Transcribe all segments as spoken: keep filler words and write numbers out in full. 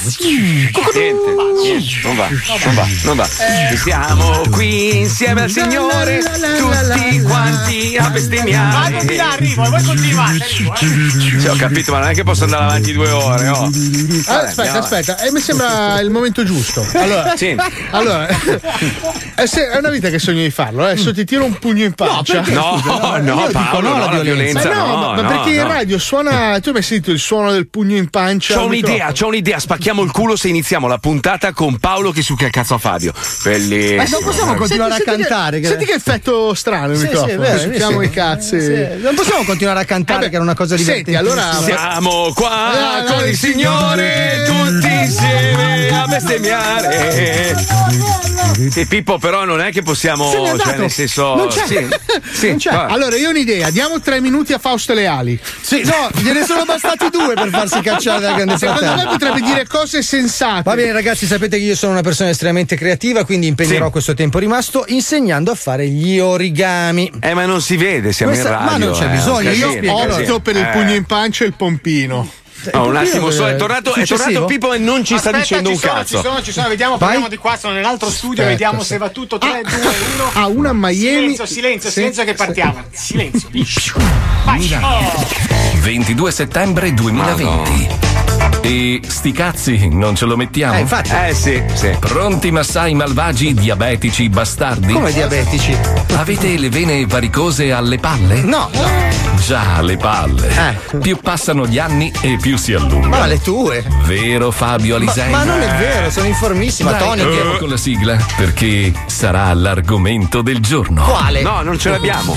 Niente, niente, non va, non va, non va. Eh. Siamo qui insieme al Signore, tutti quanti a bestemmiare. Vado di là, arrivo, e voi continuate. Arrivo, eh. Sì, ho capito, ma non è che posso andare avanti due ore, oh. Vabbè, aspetta, aspetta, e eh, mi sembra il momento giusto. Allora, sì. allora è, se, è una vita che sogno di farlo. Adesso ti tiro un pugno in pancia. No, no, no, Paolo, no, la violenza. Ma no, no, ma, ma no, perché no. in radio suona. Tu hai mai sentito il suono del pugno in pancia? C'ho un'idea, c'ho un'idea. Spacchiamo il culo se iniziamo la puntata con Paolo che succhia il cazzo a Fabio. Bellissimo. Ma non possiamo continuare senti, a senti cantare. Che, che... Senti che effetto strano il Sì, microfono. sì, è vero, Succhiamo sì. i cazzi. Sì. Non possiamo continuare a cantare, Vabbè, che era una cosa divertente. Senti, allora. Siamo qua Ah, con no, il Signore, tutti insieme a bestemmiare. E Pippo, però non è che possiamo, Se n'è cioè andato. nel senso, Non c'è. sì, sì, Non c'è. va. Allora, io ho un'idea. Diamo tre minuti a Fausto Leali. Sì, no, gliene sono bastati due per farsi cacciare dal grande Secondo me fratello. potrebbe dire cose sensate. Va bene, ragazzi, sapete che io sono una persona estremamente creativa, quindi impegnerò Sì. questo tempo rimasto insegnando a fare gli origami. Eh, ma non si vede, siamo Questa- in radio. ma non c'è eh, bisogno, un io casino, Ho un opto casino. per il Eh. pugno in pancia e il pompino. No, un attimo solo, è tornato, è Successivo? tornato Pippo e non ci sta Aspetta, dicendo ci un sono, cazzo. Ci sono, ci sono, vediamo, Vai. parliamo di qua, sono nell'altro studio, Aspetta, vediamo aspetta. se va tutto. tre, due, uno. Ah, una a Miami. Silenzio, silenzio, Sì, silenzio che sì. partiamo. Silenzio. Vai. Oh. ventidue settembre duemilaventi. E sti cazzi non ce lo mettiamo? Eh, infatti. Eh sì, sì. Pronti massai malvagi diabetici bastardi? Come diabetici? Avete le vene varicose alle palle? No, no. Già, le palle. Eh. Più passano gli anni e più si allungano. Ma le tue. Vero Fabio Ma, Alisei? ma non è vero, sono informissima, Dai, Tony. andiamo che- con la sigla perché sarà l'argomento del giorno. Quale? No, non ce l'abbiamo.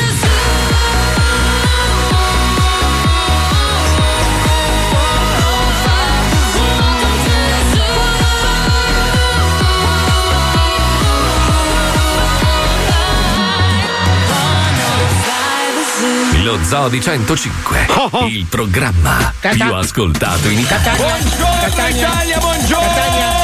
Lo Zoo di centocinque, il programma più ascoltato in Italia. Buongiorno Italia, buongiorno!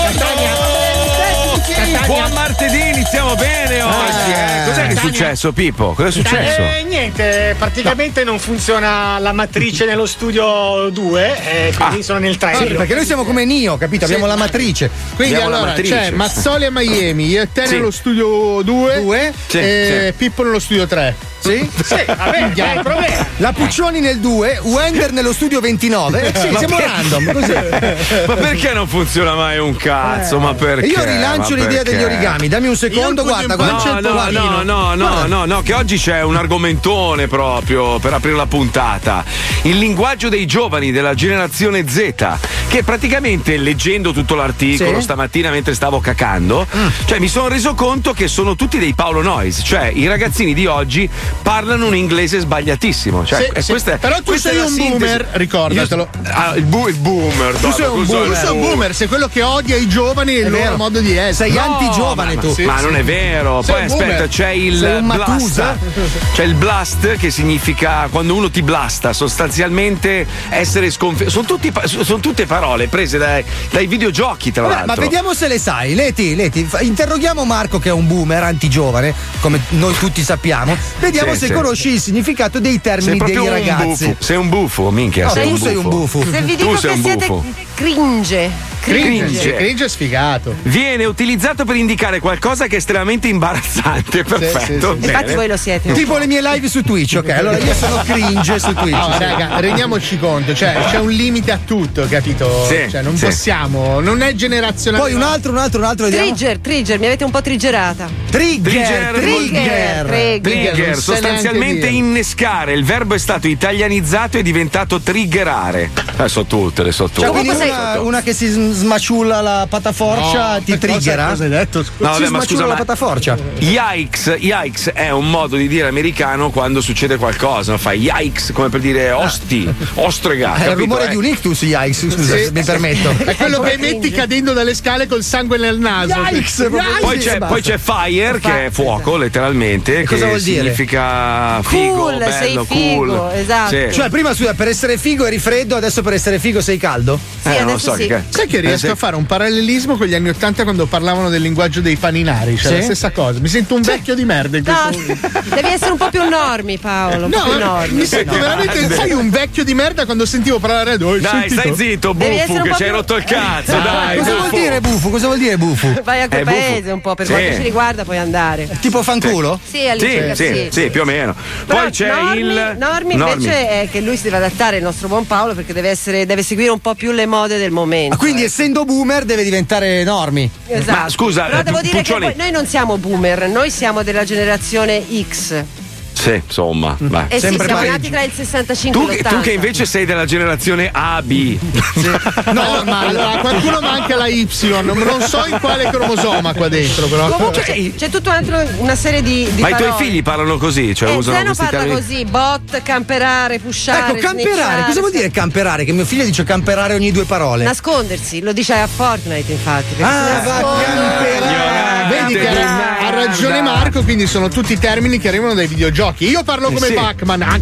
Buon martedì, iniziamo bene oggi. Eh. Cos'è che è successo, Pippo? Cosa è successo? Eh, niente, praticamente non funziona la matrice nello studio due, eh, quindi Ah. sono nel tre. Sì, perché noi siamo come Nio, capito? Abbiamo la matrice. Quindi Abbiamo la allora matrice. c'è Mazzoli a Miami, io e te Sì. nello studio due, Due? Sì, e Pippo nello studio tre. Sì? Sì, vabbè, dai, problema. La Puccioni nel due, Wender nello studio ventinove. Eh, sì, Ma siamo per- random, così. Ma perché non funziona mai un cazzo? Ma perché? E io rilancio Ma l'idea perché? degli origami. Dammi un secondo, Io il guarda, pugno in guarda. pancia No, il no, pollino. no, no, no, Guarda. no, no, che oggi c'è un argomentone proprio per aprire la puntata. Il linguaggio dei giovani della generazione Z, che praticamente leggendo tutto l'articolo Sì. stamattina mentre stavo cacando, cioè mi sono reso conto che sono tutti dei Paolo Noyes, cioè i ragazzini di oggi parlano un inglese sbagliatissimo. Cioè, Sì, e sì. questa è- Però tu questa sei è la un sintesi. boomer, ricordatelo. Io- ah, il, bu- il boomer. Tu sei un boomer, tu sei un boomer, sei quello che odia i giovani e il È loro vero. modo di essere. Sei No, antigiovane ma- tu. sì, Ma sì. non è vero, Sei poi un aspetta, boomer. c'è il Sei un blast. Matusa. C'è il blast che significa quando uno ti blasta, sostanzialmente essere sconfitto. Sono, tutti pa- sono tutte parole prese dai, dai videogiochi, tra Vabbè, l'altro. ma vediamo se le sai. Leti, Leti, fa- interroghiamo Marco che è un boomer antigiovane, come noi tutti sappiamo. Vediamo Sì, se sì. conosci il significato dei Sei termini dei proprio un ragazzi. buffo. Sei un buffo, minchia. No, sei tu un sei un buffo. buffo. Se vi Tu dico sei che un siete buffo. cringe. Cringe. Cringe, cringe è sfigato. Viene utilizzato per indicare qualcosa che è estremamente imbarazzante. Perfetto. sì, sì. bene. Infatti voi lo siete. Tipo le mie live su Twitch, ok? Allora io sono cringe su Twitch. No, raga, rendiamoci conto, cioè c'è un limite a tutto, capito? Sì, cioè non sì. possiamo, non è generazionale. Poi un altro, un altro, un altro, vediamo. Trigger, trigger, mi avete un po' triggerata. Trigger, Trigger, trigger. trigger. Trigger, non sai sostanzialmente neanche dire. innescare. Il verbo è stato italianizzato e è diventato triggerare. Eh, so tutte, le so tutte. Cioè, quindi Comunque una, una che si sm- smaciulla la pataforcia ti triggera? Cosa hai detto? Scusa. No, si vabbè, ma smaciulla scusa, la ma- pataforcia. Yikes, yikes è un modo di dire americano quando succede qualcosa, no? Fai yikes come per dire osti, ostrega. È il capito? rumore Eh. di un ictus, yikes, scusa, Sì. se mi permetto. È quello che emetti cadendo dalle scale col sangue nel naso. Yikes, proprio Poi così, c'è, e basta. poi c'è fire, che è fuoco, letteralmente. Che cosa vuol dire? significa figo, Cool, bello, sei cool. figo, esatto. Sì. Cioè, prima scusa, per essere figo eri freddo, adesso per essere figo sei caldo? Sì, Eh, non adesso so sì. che. Sai che riesco a fare un parallelismo con gli anni Ottanta quando parlavano del linguaggio dei paninari, cioè Sì. la stessa cosa. Mi sento un vecchio di merda in questo No, momento. devi essere un po' più normi, Paolo. Un po' più No, normi. mi sento No. veramente sai, un vecchio di merda quando sentivo parlare di Dai, stai zitto, Devi essere Buffu, un che po' ci hai più- rotto il cazzo, dai. Cosa vuol Buffu. dire buffu? Cosa vuol dire buffu? Vai a quel Eh, buffo. paese un po', per Sì. quanto ci riguarda puoi andare. Tipo fanculo? Sì, Sì, all'incirca sì, sì. sì, più o meno. Però Poi c'è Normi, il. Normi invece è che lui si deve adattare, il nostro buon Paolo, perché deve essere deve seguire un po' più le mode del momento. Ah, quindi eh. essendo boomer deve diventare normi. Esatto. Ma scusa, però eh, devo dire Puccioni- che poi- noi non siamo boomer, noi siamo della generazione X. Sì, insomma. vai. E sì, Sempre siamo pareggio. nati tra il sessantacinque Tu, e che- l'ottanta. tu che invece sei della generazione A B. No, ma allora qualcuno manca la Y, non so in quale cromosoma qua dentro, però. Comunque c'è, c'è tutta un altro- una serie di, di Ma i tuoi parole. figli parlano così, cioè Eh, usano Zeno questi parla termini. così, bot, camperare, pushare. Ecco, camperare, snitchare, cosa vuol dire camperare? Che mio figlio dice camperare ogni due parole. Nascondersi, lo dice a Fortnite infatti. perché Ah, si va a nasconde. camperare. Vedi che ha, ha ragione Marco, quindi sono tutti termini che arrivano dai videogiochi. Io parlo come sì. Pac-Man.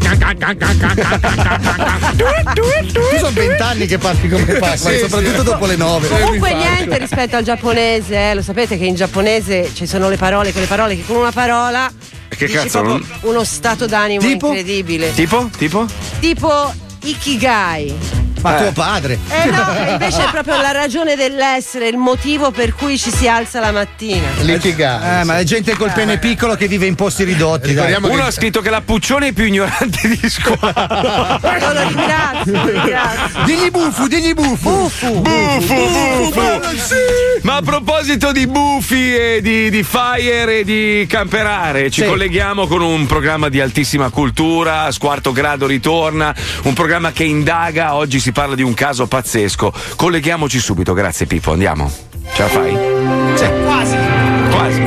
Tu sono vent'anni che parli come Pac-Man, Sì, soprattutto sì. dopo le nove. Comunque infatti. niente rispetto al giapponese, eh, lo sapete che in giapponese ci sono le parole, quelle parole che con una parola Che dici cazzo, proprio non- uno stato d'animo Tipo? incredibile. Tipo? Tipo? Tipo Ikigai. Ma Eh. tuo padre. Eh no, che invece è proprio la ragione dell'essere, il motivo per cui ci si alza la mattina. L'ikigai. Eh, ma è gente col pene piccolo che vive in posti ridotti. Dai. Ricordiamo Uno che- ha scritto che la Puccione è più ignorante di squadra. Io lo ringrazio, lo ringrazio. Digli buffu, digli buffu. Buffu. Buffu, buffu. Ma a proposito di buffi e di, di fire e di camperare, ci Sì. colleghiamo con un programma di altissima cultura. Squarto Grado ritorna, un programma che indaga. Oggi si parla di un caso pazzesco. Colleghiamoci subito, grazie Pippo, andiamo. Ce la fai? Sì. Quasi. Quasi.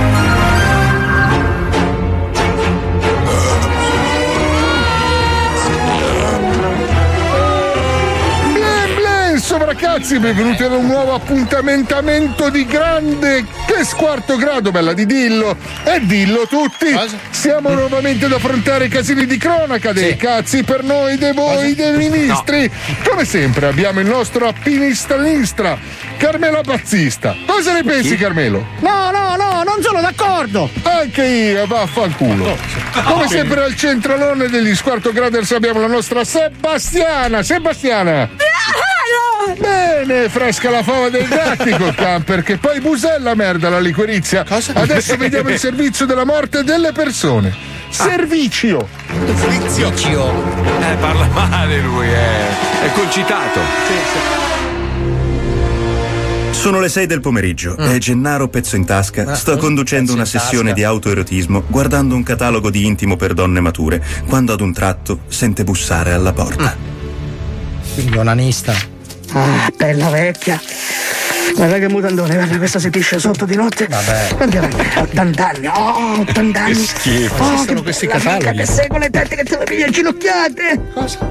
Blen blen, insomma ragazzi, benvenuti ad un nuovo appuntamento di grande che squarto grado, bella di dillo e dillo tutti. Cosa? Siamo nuovamente ad affrontare i casini di cronaca dei cazzi per noi, dei voi, dei ministri. Come sempre abbiamo il nostro appinista linstra, Carmelo Bazzista. Cosa ne pensi, Carmelo? No, no, no, non sono d'accordo. Anche io, vaffanculo. Come sempre al centralone degli Squarto Graders abbiamo la nostra Sebastiana. Sebastiana! Bene, fresca la fava dei gatti col camper, che poi busella merda la liquirizia. Adesso vediamo il servizio della morte delle persone. Servizio! Eh, parla male lui, eh. È concitato. Sono le sei del pomeriggio e Gennaro pezzo in tasca sta conducendo una sessione di autoerotismo guardando un catalogo di intimo per donne mature quando ad un tratto sente bussare alla porta. Quindi onanista. Ah, bella vecchia. Guarda che mutandone, guarda, questa si pisce sotto di notte. Vabbè. Guarda, guarda, ottanta anni, oh, ottanta anni. Che schifo. Oh, Esistono che questi bella cataloghi. vecchia, che sei con le tette che te le piglia ginocchiate.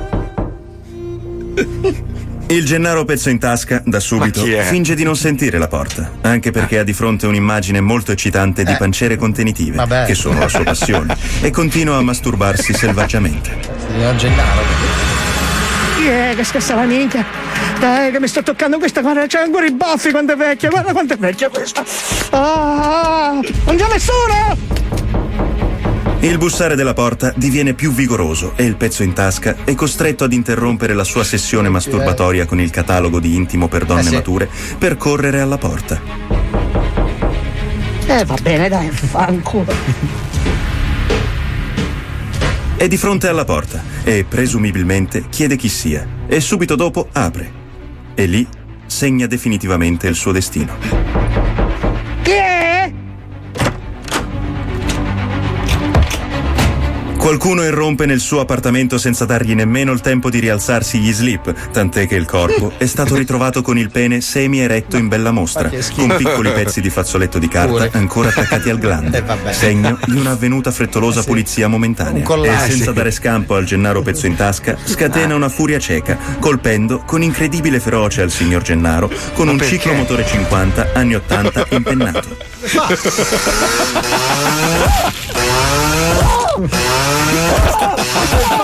Il Gennaro pezzo in tasca, da subito, Ma chi è? finge di non sentire la porta, anche perché ha di fronte un'immagine molto eccitante di pancere contenitive, Vabbè. che sono la sua passione, e continua a masturbarsi selvaggiamente. Signor Gennaro. Chi è che scassa la minchia? Dai, che mi sto toccando questa, guarda, c'è ancora i baffi quanto è vecchia, guarda quanto è vecchia questa. Ah, non c'è nessuno! Il bussare della porta diviene più vigoroso e il pezzo in tasca è costretto ad interrompere la sua sessione masturbatoria con il catalogo di intimo per donne Eh sì. mature per correre alla porta. Eh, va bene, dai, fanculo. È di fronte alla porta e presumibilmente chiede chi sia e subito dopo apre. E lì segna definitivamente il suo destino. Chi è? Qualcuno irrompe nel suo appartamento senza dargli nemmeno il tempo di rialzarsi gli slip, tant'è che il corpo è stato ritrovato con il pene semi-eretto in bella mostra, con piccoli pezzi di fazzoletto di carta Pure. ancora attaccati al glande, Eh, vabbè. segno di un'avvenuta frettolosa pulizia momentanea. Un collage. E senza dare scampo al Gennaro pezzo in tasca, scatena una furia cieca, colpendo con incredibile ferocia il signor Gennaro con un perché? ciclomotore cinquanta anni ottanta impennato.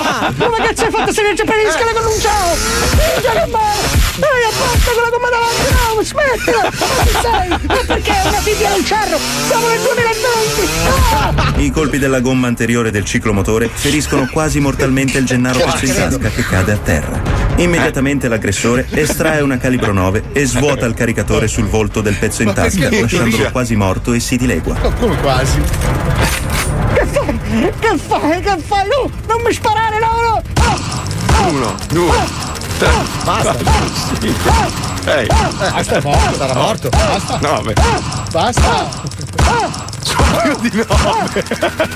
Come cazzo hai fatto se non c'è per le scale con un ciao? Minchia che male! Dai, apposta quella gomma davanti! smettila! Ma sei? Ma perché è una figlia da un cerro? Siamo nel duemilaventi! Ah! I colpi della gomma anteriore del ciclomotore feriscono quasi mortalmente il Gennaro Pezzo in tasca, che cade a terra. Immediatamente l'aggressore estrae una calibro nove e svuota il caricatore sul volto del Pezzo in tasca, lasciandolo quasi morto e si dilegua. Come quasi? Che fai? Che fai? Che fai? No! Non mi sparare, no, no! Ah! Uno, due, tre, Basta. sì. Ehi. Basta, è morto. Sarà morto. Basta. Nove. Basta. Sono più di nove.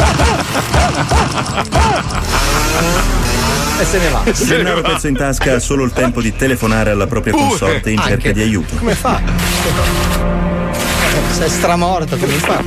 E se ne va. Gennaro Pezzo in tasca ha solo il tempo di telefonare alla propria consorte in cerca Anche. di aiuto. Come fa? Sei stramorto, come fa?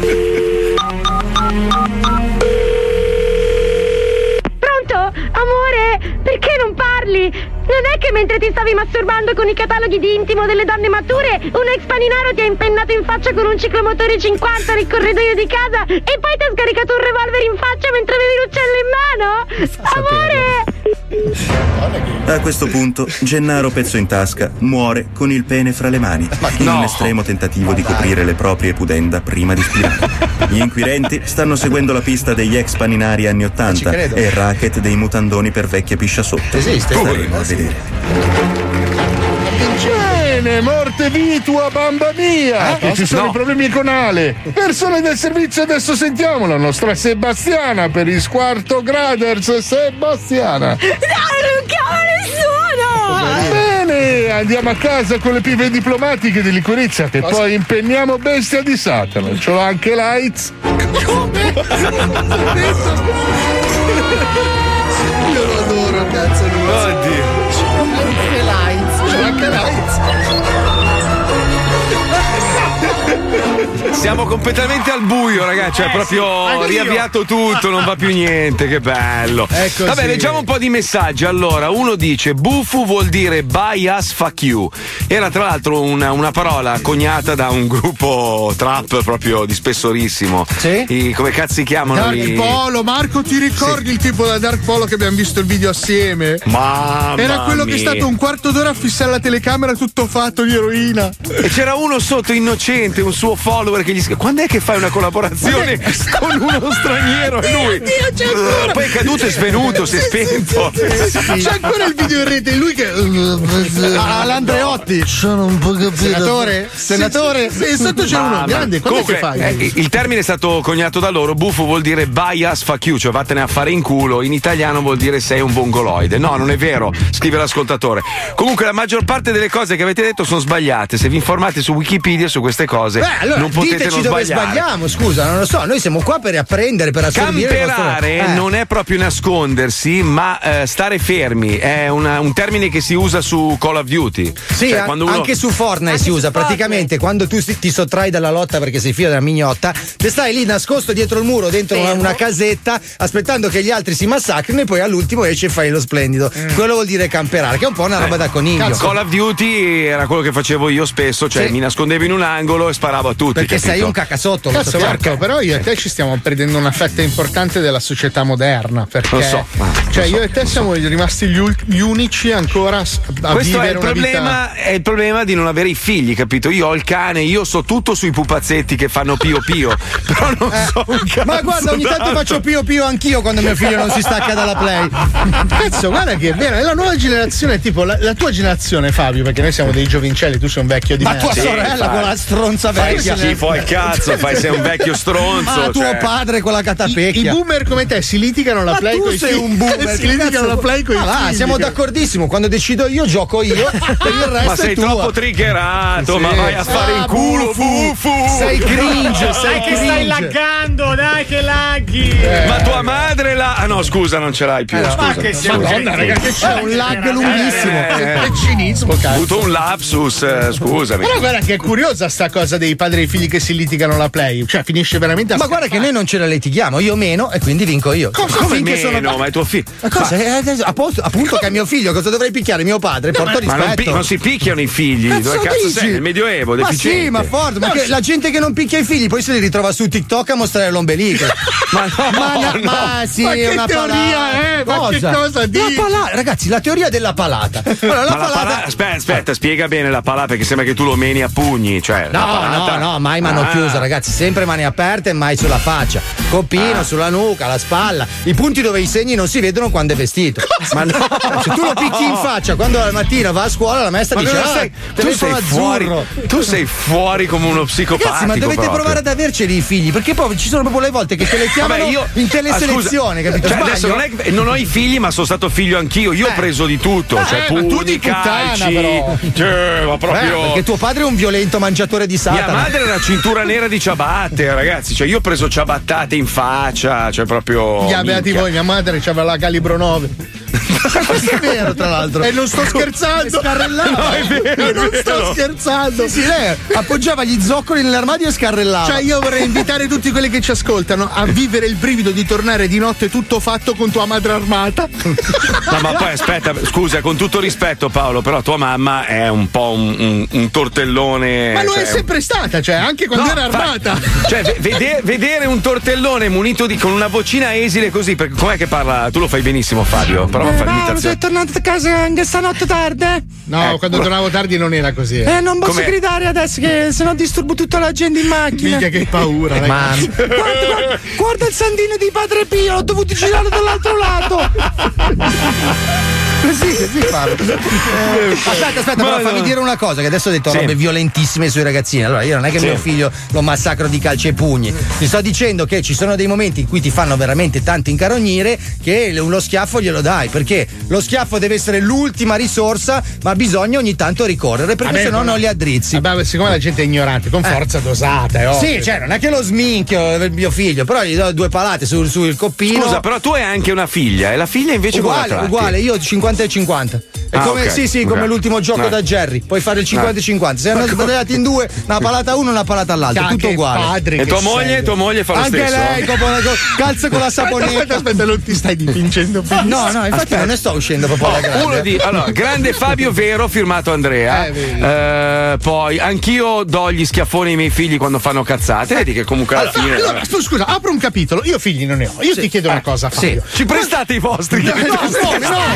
Pronto? Amore, perché non parli? Non è che mentre ti stavi masturbando con i cataloghi di intimo delle donne mature, un ex paninaro ti ha impennato in faccia con un ciclomotore cinquanta nel corridoio di casa e poi ti ha scaricato un revolver in faccia mentre avevi l'uccello in mano? Amore! A questo punto Gennaro Pezzo in tasca muore con il pene fra le mani, in no. un estremo tentativo di coprire le proprie pudenda prima di spirare. Gli inquirenti stanno seguendo la pista degli ex paninari anni ottanta credo. e il racket dei mutandoni per vecchie piscia sotto. Esiste? Staremo a vedere. Bene, morte vitua, bamba mia! Che ci sono No. i problemi con Ale. Persone del servizio, adesso sentiamo la nostra Sebastiana per il Squarto Graders. Sebastiana. No, non chiama nessuno! Bene, andiamo a casa con le pive diplomatiche di liquirizia che poi impenniamo bestia di Satana. Ce l'ho anche Lights. Io lo adoro, cazzo. Oddio. Anche Lights. C'è anche Lights. Siamo completamente al buio, ragazzi. Cioè, proprio anch'io. riavviato tutto, non va più niente. Che bello. È così. Vabbè, leggiamo un po' di messaggi. Allora, uno dice: Bufu vuol dire buy us fuck you. Era tra l'altro una, una parola coniata da un gruppo trap proprio di spessorissimo. Sì? I, come cazzo si chiamano? Dark i... Polo, Marco, ti ricordi il tipo da Dark Polo che abbiamo visto il video assieme? Mamma Era quello che è mia. stato un quarto d'ora a fissare la telecamera tutto fatto di eroina. E c'era uno sotto innocente, un suo follower che gli scrive: quando è che fai una collaborazione con uno straniero? E lui Dio, c'è ancora. poi è caduto e svenuto, si è spento. C'è ancora il video in rete, lui che. Ah, l'Andreotti. Sono un po' capito. Senatore? Senatore? Sì, sì, sotto c'è uno Mamma. grande. Quando Comunque, che fai? eh, il termine è stato coniato da loro. Buffo vuol dire buy us fuck you, cioè vattene a fare in culo. In italiano vuol dire sei un mongoloide. No, non è vero, scrive l'ascoltatore. Comunque la maggior parte delle cose che avete detto sono sbagliate. Se vi informate su Wikipedia su queste cose, Beh, allora non potete diteci non dove sbagliare. sbagliamo, scusa, non lo so. Noi siamo qua per apprendere, per assorbire il nostro- Camperare Eh. non è proprio nascondersi, ma eh, stare fermi. È una- un termine che si usa su Call of Duty. Sì, Cioè, a- quando uno- anche su Fortnite si usa. Praticamente quando tu si- ti sottrai dalla lotta perché sei figlio della mignotta, te stai lì nascosto dietro il muro, dentro una, una casetta, aspettando che gli altri si massacrino e poi all'ultimo esci e fai lo splendido. Quello vuol dire camperare, che è un po' una roba da coniglio. Cazzo, Call of Duty era quello che facevo io spesso, cioè Sì. mi nascondevo in un angolo e sparavo a tutti. Perché capito? sei un cacasotto, lo Cazzo, sappiamo. Marco, però io e te ci stiamo perdendo una fetta importante della società moderna. Perché Lo so, ma- cioè, lo so, io e te lo so. siamo rimasti gli, ul- gli unici ancora a a Questo è vivere il, una problema, vita. è il problema di non avere i figli, capito? Io ho il cane, io so tutto sui pupazzetti che fanno pio pio, però non so un cazzo. Eh, Ma guarda, ogni tanto d'altro. faccio pio pio anch'io quando mio figlio non si stacca dalla play. Cazzo, guarda che è vero, è la nuova generazione, tipo la, la tua generazione, Fabio, perché noi siamo dei giovincelli, tu sei un vecchio di Ma merda. tua Sì, sorella fai- con la stronza Fai vecchia. schifo al cazzo, fai sei un vecchio stronzo. Ah, tuo cioè. padre con la I, I catapecchia. boomer come te si litigano la Ma play tu con i sei figli. un boomer. si che litigano cazzo- la play con i Ah, va, figli. siamo d'accordissimo. Quando decido io, gioco io. Per il resto Ma sei è tua. troppo triggerato, Sì. ma vai a fare Ah, in culo, bufu. fufu. Sei cringe, sei Dai che stai cringe. laggando, dai che laghi. Ma tua madre la. Ah no, scusa, non ce l'hai più. Eh, no. scusa. Ma che sei un Madonna, raga, che C'è un lag lunghissimo. Eh, Che cinismo, Ho cazzo. avuto un lapsus, eh, scusami. Però guarda che è curiosa sta cosa dei padri e dei figli che si si litigano la play, cioè finisce veramente a Ma guarda che noi non ce la litighiamo, io meno e quindi vinco io. Cosa come Finché meno? sono... Ma è tuo figlio. Ma cosa? Ma... Eh, appunto, appunto che è mio figlio, cosa dovrei picchiare mio padre? Porto ma rispetto. non, pi- non si picchiano i figli. Cazzo Dove cazzo dici? sei? Nel Medioevo, ma deficiente. sì, ma forte, ma che, la gente che non picchia i figli poi se li ritrova su TikTok a mostrare l'ombelico. ma no, ma, no, no. ma sì, ma che una teoria palata. è? Ma cosa? che cosa dici? La palata, ragazzi, la teoria della palata. Allora, la ma palata... la palata aspetta, aspetta, spiega bene la palata perché sembra che tu lo meni a pugni, cioè No, la palata... no, no, mai mano ah. chiusa, ragazzi, sempre mani aperte e mai sulla faccia. Coppino, ah. sulla nuca, alla spalla. I punti dove i segni non si vedono quando è vestito. Ma no, se tu lo picchi in faccia quando la mattina va a scuola, la maestra ma dice: ah, sei, tu telefono sei fuori, azzurro. tu sei fuori come uno psicopatico. Ragazzi, ma dovete proprio. provare ad averceli i figli, perché poi ci sono proprio le volte che te le chiamano Vabbè, io, in teleselezione, ah, capito? Cioè, Sbaglio? adesso non, è, non ho i figli, ma sono stato figlio anch'io. Io eh. ho preso di tutto, eh, cioè ma pugni, tu di puttana, calci, però. Cioè, ma proprio. Eh, perché tuo padre è un violento mangiatore di Satana. Mia madre era cintura nera di ciabatte, ragazzi. Cioè, io ho preso ciabattate in faccia, cioè proprio. Gli beati voi, mia madre c'aveva la calibro nove. Questo è vero, tra l'altro. E non sto scherzando. Scarrellava. No, è vero, non è sto vero. scherzando. Sì, sì, lei appoggiava gli zoccoli nell'armadio e scarrellava. Cioè, io vorrei invitare tutti quelli che ci ascoltano a vivere il brivido di tornare di notte tutto fatto con tua madre armata. No, ma poi aspetta, scusa, con tutto rispetto, Paolo, però tua mamma è un po' un, un, un tortellone. Ma lo cioè, è sempre stata, cioè, anche quando no, era armata. Fa, cioè, vede, vedere un tortellone munito di con una vocina esile così, perché com'è che parla? Tu lo fai benissimo, Fabio. Prova a fare Paolo, sei tornato a casa anche stanotte tardi? No, Eh, quando tornavo tardi non era così. Eh, Eh, non posso Com'è? gridare adesso che sennò disturbo tutta la gente in macchina. Minchia, che paura, ragazzi. Guarda, guarda, guarda il sandino di Padre Pio, l'ho dovuto girare dall'altro lato. Così, così parlo. Eh, aspetta, aspetta, Ma però no. fammi dire una cosa, che adesso ho detto Sì. robe violentissime sui ragazzini. Allora, io non è che Sì. mio figlio lo massacro di calci e pugni. Ti sto dicendo che ci sono dei momenti in cui ti fanno veramente tanto incarognire che lo schiaffo glielo dai, perché lo schiaffo deve essere l'ultima risorsa, ma bisogna ogni tanto ricorrere, perché Vabbè, se no ma- non li addrizzi. Vabbè, siccome la gente è ignorante, con forza dosata, è ovvio. Sì, cioè, non è che lo sminchio il mio figlio, però gli do due palate sul, sul coppino. Scusa, però tu hai anche una figlia, e la figlia invece come la Uguale, tratti? uguale, io cinquanta e cinquanta. È Ah, come, ok, sì, sì, ok. come l'ultimo gioco Eh. da Jerry. Puoi fare il cinquanta e cinquanta. Se hanno sbagliati in due, una palata a uno e una palata all'altro. Cacche, Tutto uguale. padri E che tua moglie, sei. tua moglie fa lo Anche stesso? lei, con- con- calza con la Aspetta, saponetta. aspetta, aspetta, non ti stai dipingendo benissimo. No, no, infatti non ne sto uscendo proprio alla grande. Uno di allora, grande Fabio Vero, firmato Andrea. Eh, vedi. Eh, poi anch'io do gli schiaffoni ai miei figli quando fanno cazzate. Vedi che comunque alla Allora, fine. allora, vabbè. scusa, scusa, apro un capitolo. Io figli non ne ho. Io ti chiedo una cosa, Fabio. Ci prestate i vostri? No, no, no,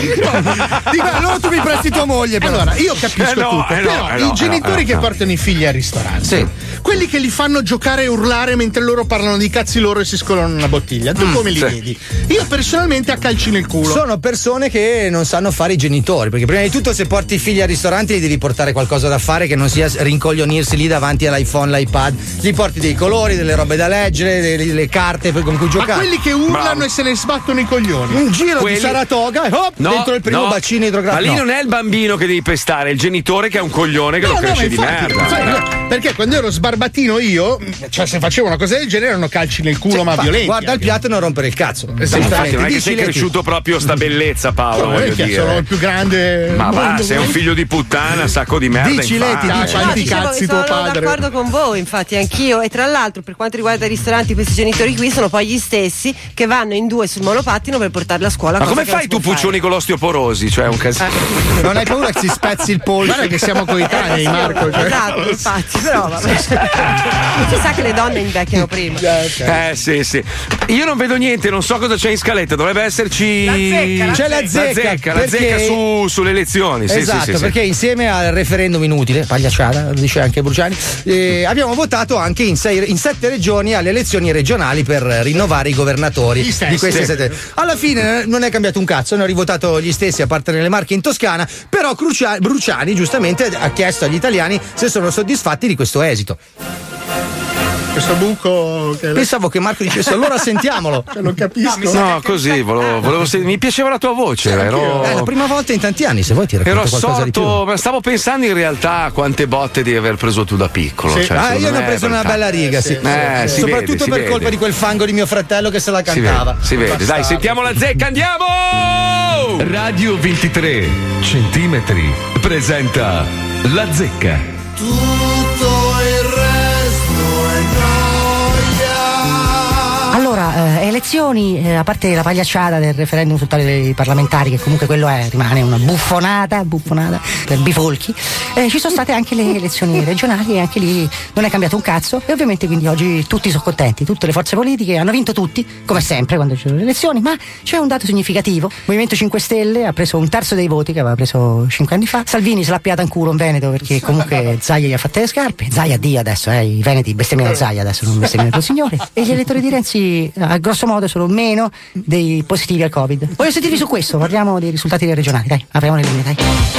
no. Dico, allora tu mi presti tua moglie, però. Allora, io capisco Eh no, tutto, eh no, però eh no, i genitori eh no, che eh no. portano i figli al ristorante, Sì. quelli che li fanno giocare e urlare mentre loro parlano di cazzi loro e si scolano una bottiglia, tu come li sì. vedi? Io personalmente a calci nel culo. Sono persone che non sanno fare i genitori, perché prima di tutto se porti i figli al ristorante gli devi portare qualcosa da fare che non sia rincoglionirsi lì davanti all'iPhone, l'iPad, gli porti dei colori, delle robe da leggere, delle, delle carte con cui Ma giocare. quelli che urlano Bravo. e se ne sbattono i coglioni. Un giro Quelli- di Saratoga e hop, No, dentro il primo no. bacino Ma idrografico. lì non è il bambino che devi pestare, è il genitore che è un coglione che No, lo no, cresce ma di infatti, merda. infatti, perché quando ero sbarbatino io, cioè se facevo una cosa del genere erano calci nel culo ma Fa- violenti. Guarda il piatto e non rompere il cazzo. Esatto. Infatti non è che Dici, sei Leti. cresciuto proprio sta bellezza, Paolo, voglio Perché dire. sono il più grande. Ma va, mondo, sei un voi? figlio di puttana, sacco di merda. Dici, in Leti, faccia. dici. Ah, quanti dicevo cazzi che tuo sono padre? d'accordo con voi, infatti anch'io, e tra l'altro per quanto riguarda i ristoranti, questi genitori qui sono poi gli stessi che vanno in due sul monopattino per portarli a scuola. Ma cosa come che non fai si tu, può Puccioni, con l'osteoporosi? Cioè, un casino. Non hai paura che si spezzi il polso? Guarda che siamo coetanei, fare. Marco. Cioè. Esatto, infatti, però vabbè. Si sa che le donne invecchiano prima. Eh sì, sì. Io non vedo niente, non so cosa c'è in scaletta. Dovrebbe esserci. La zecca, la C'è la La zecca, zecca, la perché- zecca su, sulle elezioni. Sì, esatto, sì, sì, sì. perché insieme al referendum inutile, pagliacciata, dice anche Bruciani, eh, abbiamo votato anche in, sei, in sette regioni alle elezioni regionali per rinnovare i governatori Gli stessi. di queste Sì. sette. Alla fine non è cambiato un cazzo, hanno rivotato gli stessi a parte nelle Marche in Toscana, però Crucia- Bruciani giustamente ha chiesto agli italiani se sono soddisfatti di questo esito. Questo buco che Pensavo che Marco dicesse allora sentiamolo. non capisco. No, così, volevo, volevo sen- mi piaceva la tua voce. Ero, È la prima volta in tanti anni, se vuoi ti racconto ero qualcosa di più. sotto, ma stavo pensando in realtà a quante botte devi aver preso tu da piccolo. Sì. Cioè, Ah, secondo io ne ho me, preso una perché- bella riga, sì. Eh, si Soprattutto vede, si per vede. colpa di quel fango di mio fratello che se la Si cantava. vede, si vede. Dai, sentiamo la zecca, andiamo! Radio ventitré centimetri presenta La Zecca. Tutto il resto è elezioni, eh, a parte la pagliacciata del referendum sul taglio dei parlamentari, che comunque quello è, rimane una buffonata, buffonata per bifolchi, eh, ci sono state anche le elezioni regionali e anche lì non è cambiato un cazzo e ovviamente quindi oggi tutti sono contenti, tutte le forze politiche hanno vinto tutti, come sempre quando ci sono le elezioni, ma c'è un dato significativo. Il Movimento cinque Stelle ha preso un terzo dei voti che aveva preso cinque anni fa. Salvini se l'ha piata in culo in Veneto perché comunque Zaia gli ha fatte le scarpe. Zaia Dio adesso, eh, i veneti bestemmiano Zaia adesso, non bestemmiano il signore. E gli elettori di Renzi a grosso modo sono meno dei positivi al Covid. Voglio sentirvi su questo, parliamo dei risultati dei regionali, dai, apriamo le linee, dai.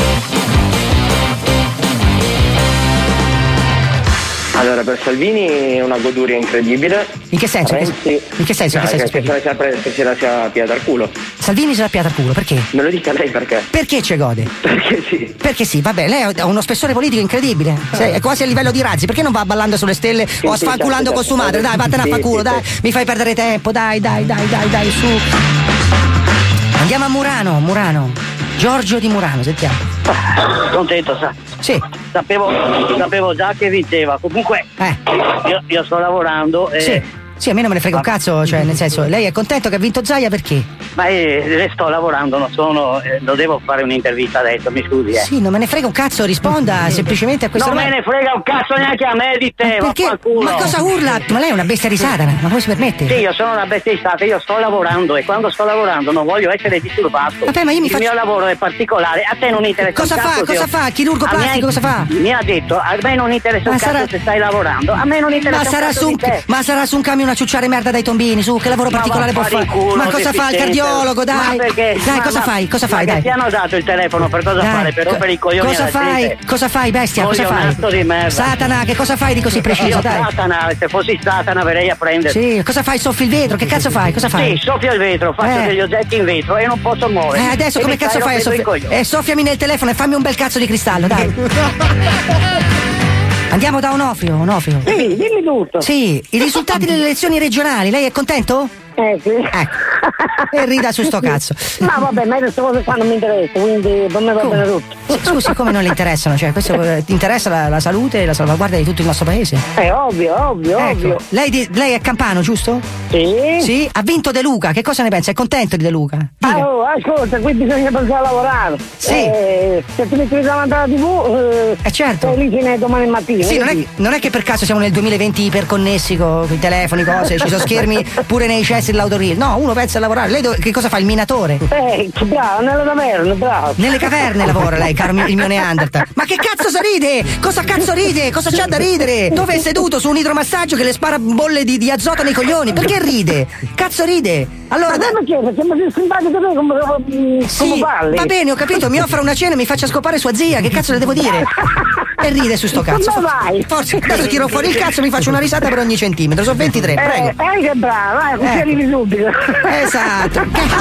Allora, per Salvini è una goduria incredibile. In che senso? Renzi, in che senso? No, in che senso? Che se la sia pre- che se la sia piata al culo. Salvini se l'ha piata al culo, perché? Me lo dica lei perché. Perché ci gode? Perché sì. Perché sì, vabbè, lei ha uno spessore politico incredibile. Sei, è quasi a livello di Razzi, perché non va ballando sulle stelle sì, o sì, sfanculando certo, con certo. sua madre? Dai, vattene sì, a fa culo, sì, dai, sì. mi fai perdere tempo, dai, dai, dai, dai, dai, su. Andiamo a Murano, Murano. Giorgio di Murano, sentiamo. Contento, sa? Sì. Sapevo, sapevo già che vinceva. Comunque, eh. io, io sto lavorando e. Sì. Sì, a me non me ne frega un cazzo, cioè nel senso, lei è contento che ha vinto Zaia perché? Ma eh, sto lavorando, non sono. Eh, non devo fare un'intervista adesso, mi scusi, eh. Sì, non me ne frega un cazzo, risponda semplicemente a questa Non roba. me ne frega un cazzo neanche a me di te, Ma perché? Ma cosa urla? Ma lei è una bestia di Satana, ma come si permette? Sì, io sono una bestia di Satana, io sto lavorando e quando sto lavorando non voglio essere disturbato. Vabbè, ma io mi Il faccio... mio lavoro è particolare, a te non interessa Cosa un fa? cazzo. Cosa io... fa? Chirurgo plastico, cosa fa? Mi ha detto, a me non interessa Ma un sarà... cazzo se stai lavorando, a me non interessa ma un sarà cazzo su di un... te. Ma sarà su un camion a ciucciare merda dai tombini, su, che lavoro Ma particolare può fare? Culo, Ma cosa fa il cardiologo, dai? Ma perché? Dai, ma, cosa ma, fai? Cosa fai, ma dai? Ti hanno dato il telefono per cosa Dai, fare? Per rompere i coglioni cosa alla fai? gente? Cosa fai, bestia? Cosa fai? Coglionazzo di merda. Satana, che cosa fai di così preciso, Io dai? Satana, se fossi Satana verrei a prendere. Sì, cosa fai? Soffi il vetro? Che cazzo fai? Cosa fai? Sì, soffio il vetro, faccio Eh. degli oggetti in vetro e non posso muovere. Eh, adesso E come mi cazzo stai fai a rompendo i soffi- coglioni. eh, soffiami nel telefono e fammi un bel cazzo di cristallo, dai. Andiamo da Onofrio, Onofrio. Sì, dimmi tutto. Sì, i risultati delle elezioni regionali, lei è contento? Eh sì. Ecco. E rida su sto cazzo. No vabbè, ma queste cose qua non mi interessano, quindi per me va bene tutto. Scusi, come non le interessano? Cioè, questo eh, ti interessa la, la salute e la salvaguardia di tutto il nostro paese? È ovvio, ovvio, Ecco. ovvio. Lei, di- lei è campano, giusto? Sì. Sì? Ha vinto De Luca, che cosa ne pensa? È contento di De Luca? Ah, oh, ascolta, qui bisogna pensare a lavorare. Sì. Eh, se ti metti davanti alla tivù, eh, Eh certo. sei lì fino a domani mattina. Sì, non è, non è che per caso siamo nel duemilaventi iperconnessi con i telefoni, cose, ci sono schermi pure nei cessi dell'autoril. No, uno pensa a lavorare. Lei dove- che cosa fa? Il minatore? Eh, bravo, nella taverna, bravo. Nelle caverne lavora lei, caro mio- il mio Neanderthal. Ma che cazzo sa ride? Cosa cazzo ride? Cosa c'ha da ridere? Dove è seduto su un idromassaggio che le spara bolle di, di azoto nei coglioni? Perché ride? Cazzo ride? Allora, Ma da- perché? Perché mi sei simpatico te come, come, sì, come parli. va bene, ho capito, mi offra una cena e mi faccia scopare sua zia, che cazzo le devo dire? E ride su sto cazzo. Come vai? Forse adesso tiro fuori il cazzo e mi faccio una risata per ogni centimetro, sono ventitré, prego. Eh, eh, che bravo, eh, così Eh. arrivi subito. Esatto.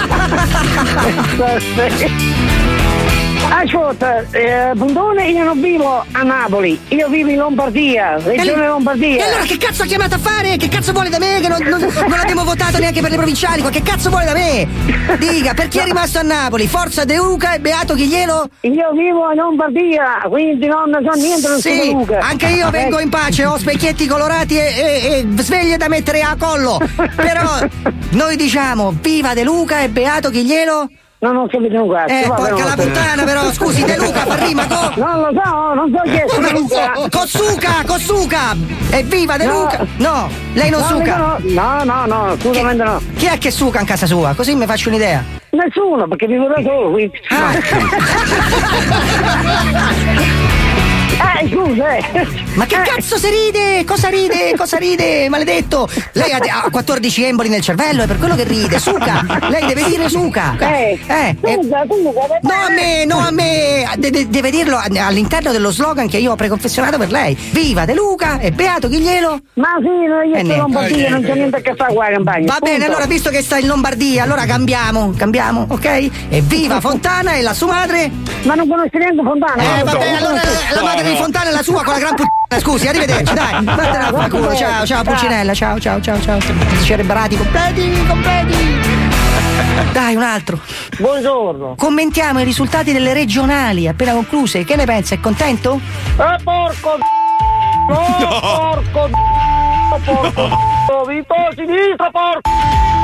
Ascolta, eh, Puntone, io non vivo a Napoli, io vivo in Lombardia, regione E Lombardia. allora che cazzo ha chiamato a fare? Che cazzo vuole da me? Che non, non, non abbiamo votato neanche per le provinciali, ma che cazzo vuole da me? Dica, per chi è rimasto a Napoli? Forza De Luca e Beato chi glielo? Io vivo in Lombardia, quindi non ne so niente del Sì, Luca. anche io vengo in pace, ho specchietti colorati e, e, e sveglie da mettere a collo. Però noi diciamo viva De Luca e Beato chi glielo? No, non ho capito un cazzo. Eh, vabbè, porca non la lo so. puttana però, scusi, De Luca fa rima con... Non lo so, non so chi è Come De Luca. Cosuca, Cosuca! Evviva De No. Luca! No, lei non No, suca! No, no, no, no, assolutamente no. Chi è che suca in casa sua? Così mi faccio un'idea. Nessuno, perché vivo da solo qui. Eh, scusa, eh. Ma che cazzo si ride? Cosa ride? Cosa ride? Maledetto! Lei ha, ha quattordici emboli nel cervello, è per quello che ride. Suca! Lei deve dire suca! Eh, eh, eh. Suca, suca, No a me, no a me! De- de- deve dirlo all'interno dello slogan che io ho preconfezionato per lei. Viva De Luca e Beato chi glielo? Ma sì, no, io Eh, sono niente. Lombardia, non c'è niente a che fare qua in campagna. Va bene, punto. allora visto che sta in Lombardia, allora cambiamo, cambiamo, ok? E viva Fontana e la sua madre? Ma non conosci neanche Fontana? Eh no? vabbè, allora la madre di Fontana è la sua con la gran puttana, scusi, arrivederci, dai, vattene a fa culo, ciao, ciao Pulcinella, ciao, ciao, ciao, ciao, cerebrati, completi, completi. Dai, un altro. Buongiorno. Commentiamo i risultati delle regionali appena concluse, che ne pensa, è contento? Eh, porco d***o! No, porco d***o, porco d***o, vi to sinistra, porco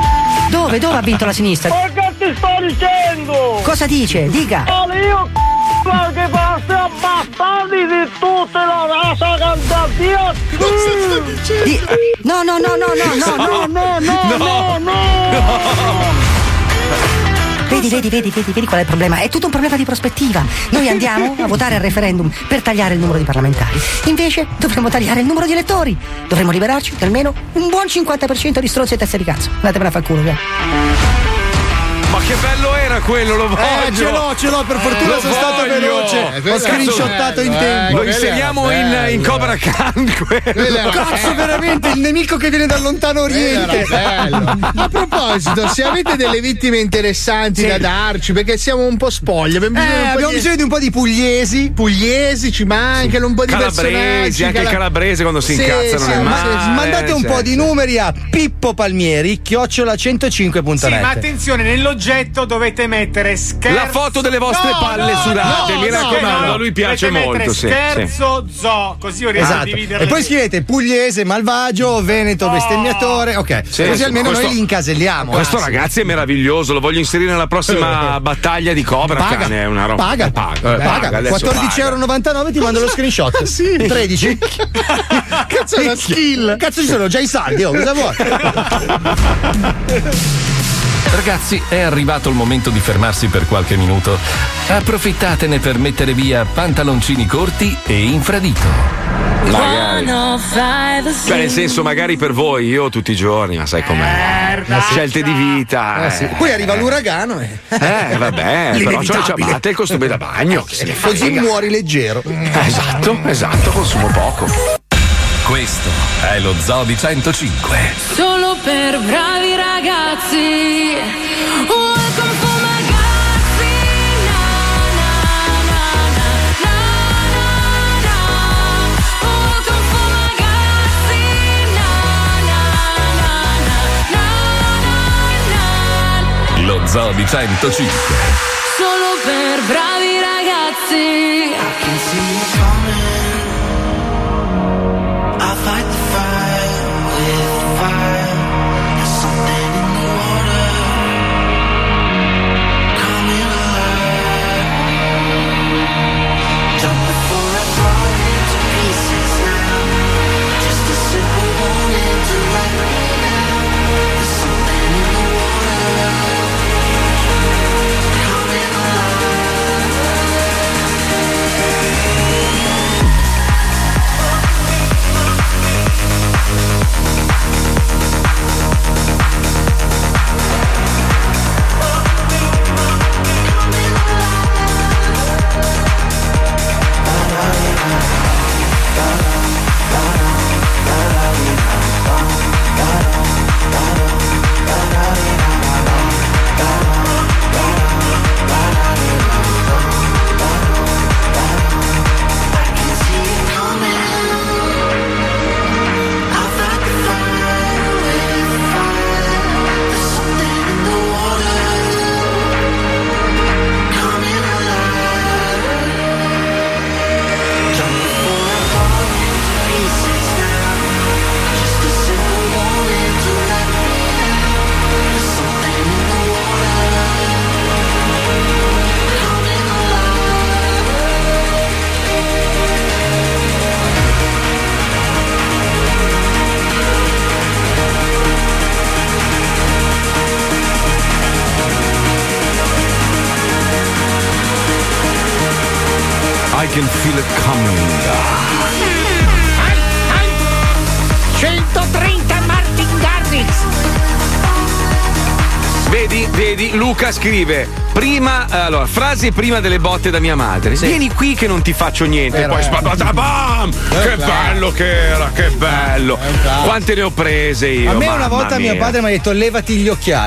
Dove? Dove ha vinto la sinistra? Ma che ti sto dicendo? Cosa dice? Dica. Ma io c***o che passi a bastardi di tutte la raza cantatia. Di... No, no, no, no, no, no, no, no, no, no, no. Vedi, vedi, vedi, vedi, vedi qual è il problema? È tutto un problema di prospettiva. Noi andiamo a votare al referendum per tagliare il numero di parlamentari. Invece dovremmo tagliare il numero di elettori. Dovremmo liberarci di almeno un buon cinquanta per cento di stronzi e teste di cazzo. Andatevela a far culo, via. Ma che bello era quello, lo voglio! Eh, ce l'ho, ce l'ho, per fortuna lo sono stato voglio. veloce. Ho screenshottato in tempo. Lo inseriamo in, in Cobra Khan. Quello. Cazzo, veramente il nemico che viene dal lontano oriente. A proposito, se avete delle vittime interessanti Sì. da darci, perché siamo un po' spogli, abbiamo bisogno, Eh, un po' abbiamo di... bisogno di un po' di pugliesi. Pugliesi, ci mancano un po' di Calabresi, personaggi. anche il calabrese quando si Sì, incazzano sì, nel ma- mare. Mandate un Sì, po' sì. di numeri a Pippo Palmieri, chiocciola centocinque punto Sì, net. ma attenzione, nell'oggetto dovete mettere scherzo. La foto delle vostre No, palle no, sudate, no, mi no, raccomando, no. a lui piace Dovete molto. mettere Sì, scherzo zoo, così io riesco a Esatto. dividerle. E poi scrivete pugliese, malvagio, veneto, bestemmiatore. Ok, Sì, così sì, almeno questo- noi li incaselliamo. Questo Ah, sì. ragazzi è meraviglioso, lo voglio inserire nella prossima battaglia di Cobra Paga. Khan. È una roba. Paga. Eh, paga, eh, Paga. paga, adesso quattordici paga. euro e novantanove ti mando lo screenshot. Sì. tredici. Cazzo, è una skill. Cazzo, ci sono già i saldi, oh, cosa vuoi? Ragazzi, è arrivato il momento di fermarsi per qualche minuto. Approfittatene per mettere via pantaloncini corti e infradito. Magari. Cioè, nel senso, magari per voi, io tutti i giorni, ma sai com'è? Scelte di vita. Eh, sì. Poi arriva l'uragano e. Eh, vabbè, però c'ho le L'inevitabile. ciabatte e il costume da bagno. Che se ne Così frega. muori leggero. Eh, Esatto, esatto, consumo poco. Questo è lo Zoo di centocinque. Solo per bravi ragazzi. Welcome for my ragazzi. Na, na, na, na, na, na. Welcome for my ragazzi. Na, na, na, na, na, na. Lo Zoo di centocinque. Solo per bravi ragazzi. I fight the fire with fire. There's something in the water. Coming alive. Jumping for a fall into pieces now. Just a simple warning to let me know. There's something in the water. Coming I can feel it coming. centotrenta Martin Garrix. Vedi, vedi, Luca scrive prima, allora, frasi prima delle botte da mia madre. Sì. Vieni qui che non ti faccio niente. Vero, Poi eh. spadabam! Che bello che era, che bello. Quante ne ho prese io. A me una mamma volta mia. mio padre mi ha detto levati gli occhiali.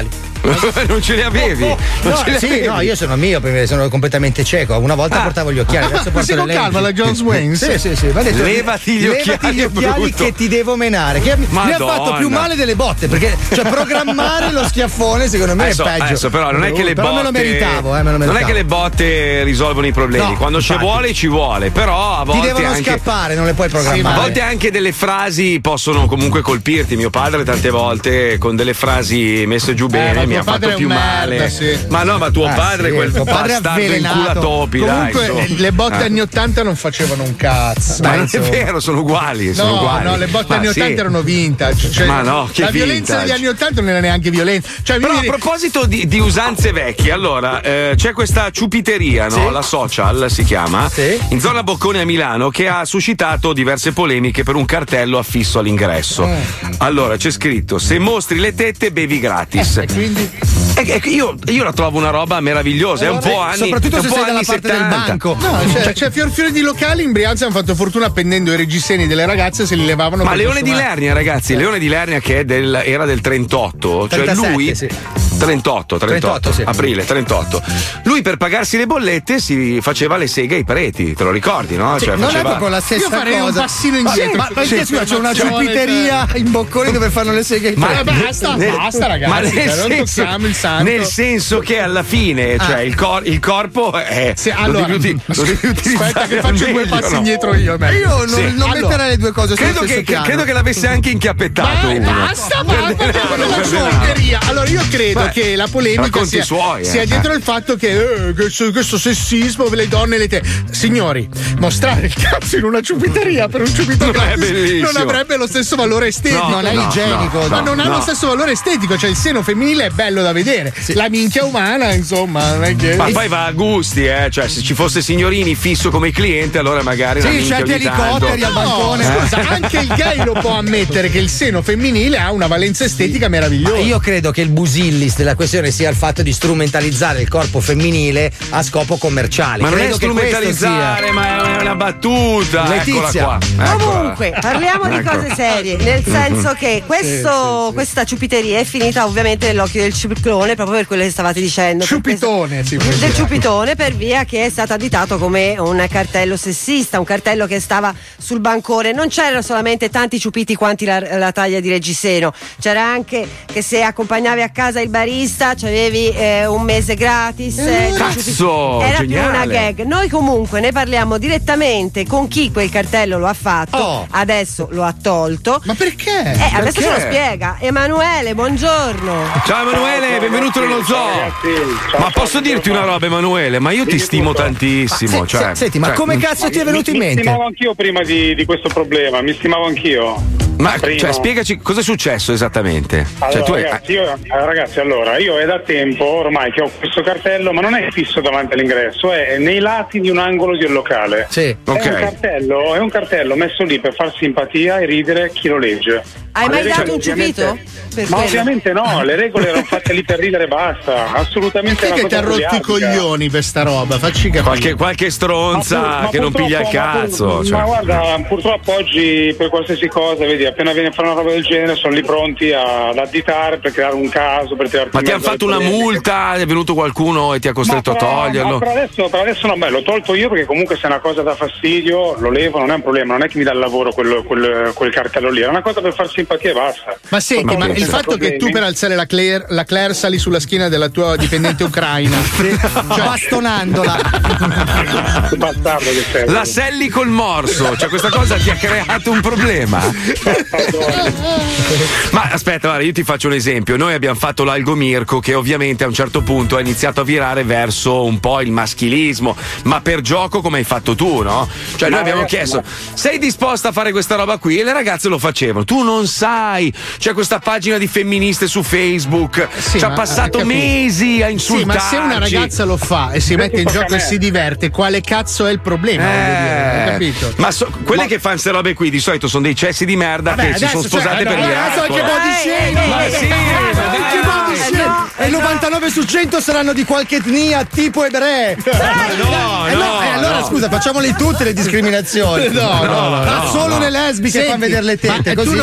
Non ce li avevi? Non No, ce li sì, avevi? no, io sono mio perché sono completamente cieco. Una volta Ah. portavo gli occhiali, adesso porto Così le con lenti. calma, la Jones Wayne. Sì, sì, sì. Mi ha detto, Levati gli levati occhiali, gli è occhiali brutto. che ti devo menare. Che mi mi ha Madonna. fatto più male delle botte, perché cioè programmare lo schiaffone secondo me Adesso, è peggio. adesso però non è che le Però botte me lo meritavo, eh, me lo meritavo. non è che le botte risolvono i problemi. No, Quando ci infatti. vuole ci vuole, però a Ti volte devono anche scappare, non le puoi Sì, programmare. ma a volte anche delle frasi possono comunque colpirti. Mio padre tante volte con delle frasi messe giù bene ma mi tuo ha fatto padre è più un male. merda, sì. Ma no, ma tuo Ah, padre, sì, quel tuo padre bastardo avvelenato. inculatopi, dai. Comunque insomma. le botte Eh. anni ottanta non facevano un cazzo. Ma non è insomma. vero, sono uguali. Sono No, uguali. no, le botte Ma anni sì. ottanta erano vintage. Cioè, Ma no, che la violenza vintage. degli anni ottanta non era neanche violenza. Cioè, Però mi a viene- proposito di, di usanze vecchie, allora eh, c'è questa ciupiteria, no? Sì. La Social si chiama, in zona Boccone a Milano, che ha suscitato diverse polemiche per un cartello affisso all'ingresso. Allora c'è scritto: se mostri le tette bevi gratis. E quindi? E- e io, io la trovo una roba meravigliosa, è un po' anni, soprattutto è un se po' sei dalla anni parte del settanta. banco. No, cioè, c'è fior fiori di locali in Brianza hanno fatto fortuna appendendo i reggiseni delle ragazze se li levavano. Ma per Leone di consumare. Lernia, ragazzi, Leone di Lernia che è del- era del trentotto, cioè trentasette, lui sì. trentotto, trentotto, trentotto, sì. aprile trentotto. Lui per pagarsi le bollette si faceva le seghe ai preti, te lo ricordi, no? Sì, Cioè, non faceva- è proprio la stessa Io farei cosa. un passino indietro. Ma, ma Sì, che scusa, c'è una affermazione, ciupiteria in Bocconi dove fanno le seghe ai Ma- Eh, preti. basta, nel- basta, ragazzi. ma nel cioè, non senso- tocchiamo il santo. Nel senso che alla fine, cioè Ah. il, cor- il corpo è. Sì, lo allora, devi uti- lo devi utilizzare aspetta che al faccio due meglio, passi no? indietro io. meglio. Io non, Sì. non Allora, metterei le due cose sullo Credo stesso che, piano. credo che l'avesse anche inchiappettato Vai, uno. basta, basta, Per- parliamo della per- ciupiteria. Allora io credo Beh, che la polemica racconti sia, suoi, eh. sia dietro il fatto che eh, questo, questo sessismo le donne e le te. Signori, mostrare il cazzo in una ciupiteria per un ciupito Non è gratis bellissimo. non avrebbe lo stesso valore estetico. No, non è no, igienico, no, ma no, non ha no. lo stesso valore estetico, cioè il seno femminile è bello da vedere. La minchia umana, insomma, non è che. Ma poi va a gusti, eh. Cioè, se ci fosse signorini fisso come cliente, allora magari una Sì, minchia certi ogni tanto. elicotteri al No, bancone. scusa, anche il gay lo può ammettere che il seno femminile ha una valenza estetica meravigliosa. Ma io credo che il busillis della questione sia il fatto di strumentalizzare il corpo femminile a scopo commerciale. Ma non credo è che questo strumentalizzare, sia. ma è una battuta. Letizia. Eccola qua. Eccola. Comunque, parliamo di Ecco. cose serie, nel senso che questo, questa ciupiteria è finita ovviamente nell'occhio del ciclone proprio per quello che stavate dicendo. Ciupitone, sì, per questo- del ciupitone per via che è stato additato come un cartello sessista, un cartello che stava sul bancone. Non c'erano solamente tanti ciupiti quanti la, la taglia di reggiseno, c'era anche che se accompagnavi a casa il barista c'avevi eh, un mese gratis. eh, di Cazzo, ciupiti. Era più geniale. una gag. Noi comunque ne parliamo direttamente con chi quel cartello lo ha fatto, Oh. adesso lo ha tolto. Ma perché? Eh, adesso Perché? ce lo spiega. Emanuele, buongiorno. Ciao Emanuele, benvenuto nello zoo. Ma posso dirti una roba, Emanuele? Ma io ti stimo tantissimo. Se- cioè, se- senti, ma cioè, come cazzo ti è venuto in Mi mente? stimavo anch'io prima di, di questo problema, mi stimavo anch'io. Ma Prima. cioè, spiegaci cosa è successo esattamente. Allora, cioè, tu hai- ragazzi, io, eh, ragazzi, allora, io è da tempo ormai che ho questo cartello, ma non è fisso davanti all'ingresso, è nei lati di un angolo di un locale. Sì. È, Ok. un cartello, è un cartello messo lì per far simpatia e ridere chi lo legge. Hai Ma mai le dato regole un ciupito? ovviamente- Per Ma quello? ovviamente no, le regole erano fatte lì per ridere e basta. Assolutamente Perché una che ti ha cosa rotti i goliardica. coglioni per sta roba? Facci capire. qualche, qualche stronza Ma pur- ma che non piglia il purtroppo- ma pur- cazzo. Ma, cioè. guarda, purtroppo oggi per qualsiasi cosa, vedi, appena viene a fare una roba del genere, sono lì pronti a- ad additare per creare un caso, per tirarti Ma in ti mezzo hanno fatto alle una polemiche. multa? È venuto qualcuno e ti ha costretto Ma a per- toglierlo? ma per adesso, per adesso no, beh, l'ho tolto io perché comunque se è una cosa da fastidio lo levo, non è un problema, non è che mi dà il lavoro quel, quel- quel cartello lì, era una cosa per far simpatia e basta. Ma senti, Poi ma non il c'è fatto che problemi. tu per alzare la Claire, la Claire sali sulla schiena della tua dipendente ucraina, cioè, bastonandola. Che bastardo che sei. La selli col morso, cioè questa cosa ti ha creato un problema? Ma aspetta, guarda, io ti faccio un esempio. Noi abbiamo fatto l'Algo Mirko che ovviamente a un certo punto ha iniziato a virare verso un po' il maschilismo, ma per gioco come hai fatto tu, no? Cioè noi Ma abbiamo ragazzi, chiesto, ma- sei disposta a fare questa roba qui? E le ragazze lo facevano. Tu non sai, c'è questa pagina di femministe su Facebook, Sì, ci ha ma- passato hai capito. mesi a Sì, insultarci. ma se una ragazza lo fa e si mette in tocca gioco a e me. si diverte, quale cazzo è il problema? voglio dire, hai Eh, capito? ma so- quelle che fanno queste robe qui di solito sono dei cessi di merda Vabbè, che si sono adesso, sposate cioè, per no, miracolo. adesso anche body shaming. Ma sì, ma dai. Anche body shaming. E il novantanove su cento saranno di qualche etnia tipo ebrei. no, Eh no, e allora no. scusa, facciamole tutte le discriminazioni. No, no, no, Ma no, solo no. le lesbiche Senti, fanno vedere le tette, ma così tu non, mettiamo non